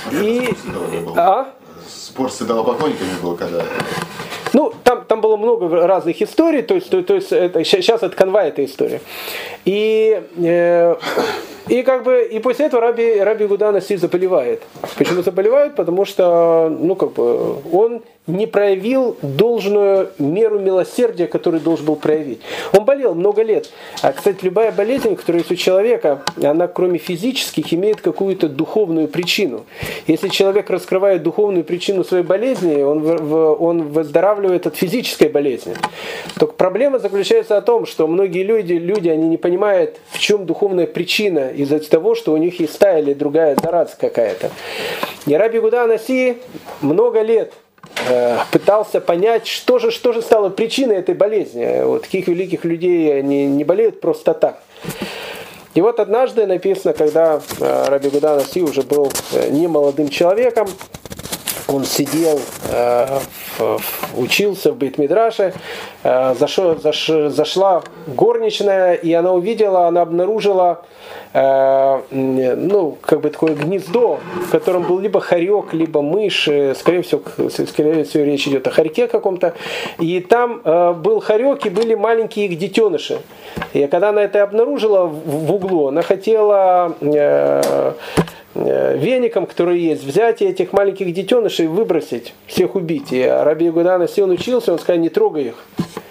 И... А? Спор с идолопоклонниками был, когда... Ну, там, там было много разных историй, то есть, то, то есть это, сейчас это канва, эта история. И, э, и как бы, и после этого Раби, Раби Иуда Анаси заболевает. Почему заболевает? Потому что, ну, как бы, он не проявил должную меру милосердия, которую должен был проявить. Он болел много лет. А, кстати, любая болезнь, которая есть у человека, она кроме физических имеет какую-то духовную причину. Если человек раскрывает духовную причину своей болезни, он, он выздоравливает от физической болезни. Только проблема заключается в том, что многие люди, люди они не понимают, в чем духовная причина из-за того, что у них есть та или другая зараза какая-то. И Раби Иуда Анаси много лет пытался понять, что же, что же стало причиной этой болезни. Вот таких великих людей они не болеют просто так. И вот однажды написано, когда Раби Иуда Анаси уже был не молодым человеком, он сидел, учился в Бейт-Мидраше, зашла горничная, и она увидела, она обнаружила ну, как бы такое гнездо, в котором был либо хорек, либо мышь, скорее всего, скорее всего речь идет о хорьке каком-то, и там был хорек и были маленькие их детеныши. И когда она это обнаружила в углу, она хотела веником, который есть, взять этих маленьких детенышей, выбросить, всех убить. И Раби Иуда Анаси, он учился, он сказал, не трогай их.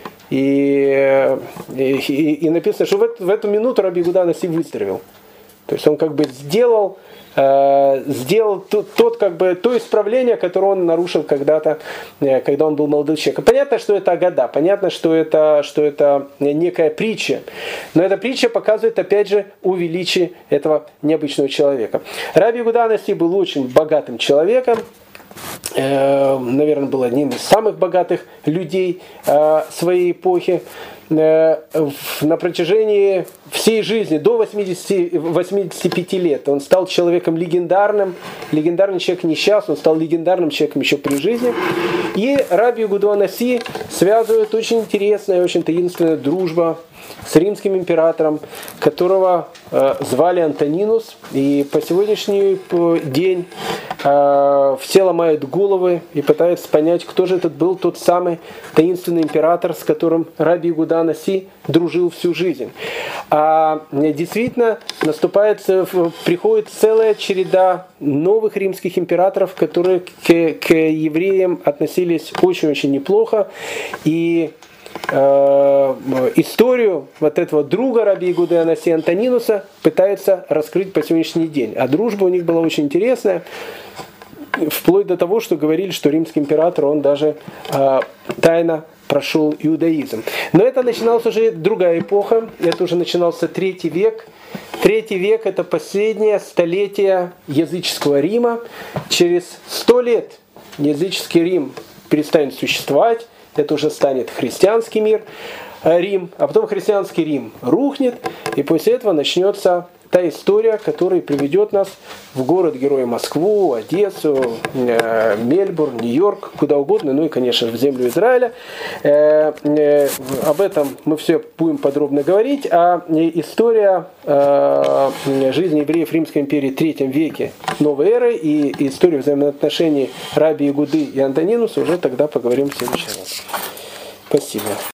И, и, и написано, что в эту, в эту минуту Раби Иуда Анаси выздоровел. То есть он как бы сделал, э, сделал тот, тот, как бы, то исправление, которое он нарушил когда-то, э, когда он был молодым человеком. Понятно, что это агада, понятно, что это, что это некая притча. Но эта притча показывает, опять же, о величии этого необычного человека. Раби Иуда Анаси был очень богатым человеком. Наверное, был одним из самых богатых людей своей эпохи. На протяжении всей жизни, до восьмидесяти, восьмидесяти пяти лет, он стал человеком легендарным. Легендарный человек несчастный, он стал легендарным человеком еще при жизни. И Раби Иуда Анаси связывает очень интересная, очень таинственная дружба с римским императором, которого э, звали Антонинус. И по сегодняшний день э, все ломают головы и пытаются понять, кто же этот был тот самый таинственный император, с которым Раби Иуда Анаси дружил всю жизнь. А действительно наступает, приходит целая череда новых римских императоров, которые к, к евреям относились очень-очень неплохо. И э, историю вот этого друга Раби Иуды Анаси Антонинуса пытаются раскрыть по сегодняшний день. А дружба у них была очень интересная. Вплоть до того, что говорили, что римский император, он даже э, тайно прошел иудаизм. Но это начиналась уже другая эпоха, это уже начинался третий век. Третий век – это последнее столетие языческого Рима. Через сто лет языческий Рим перестанет существовать, это уже станет христианский мир, Рим, а потом христианский Рим рухнет, и после этого начнется та история, которая приведет нас в город-герой Москву, Одессу, э, Мельбурн, Нью-Йорк, куда угодно, ну и, конечно, в землю Израиля. Э, э, об этом мы все будем подробно говорить. А история э, жизни евреев в Римской империи в третьем веке новой эры и история взаимоотношений Раби Игуды и Антонинуса уже тогда поговорим в следующий раз. Спасибо.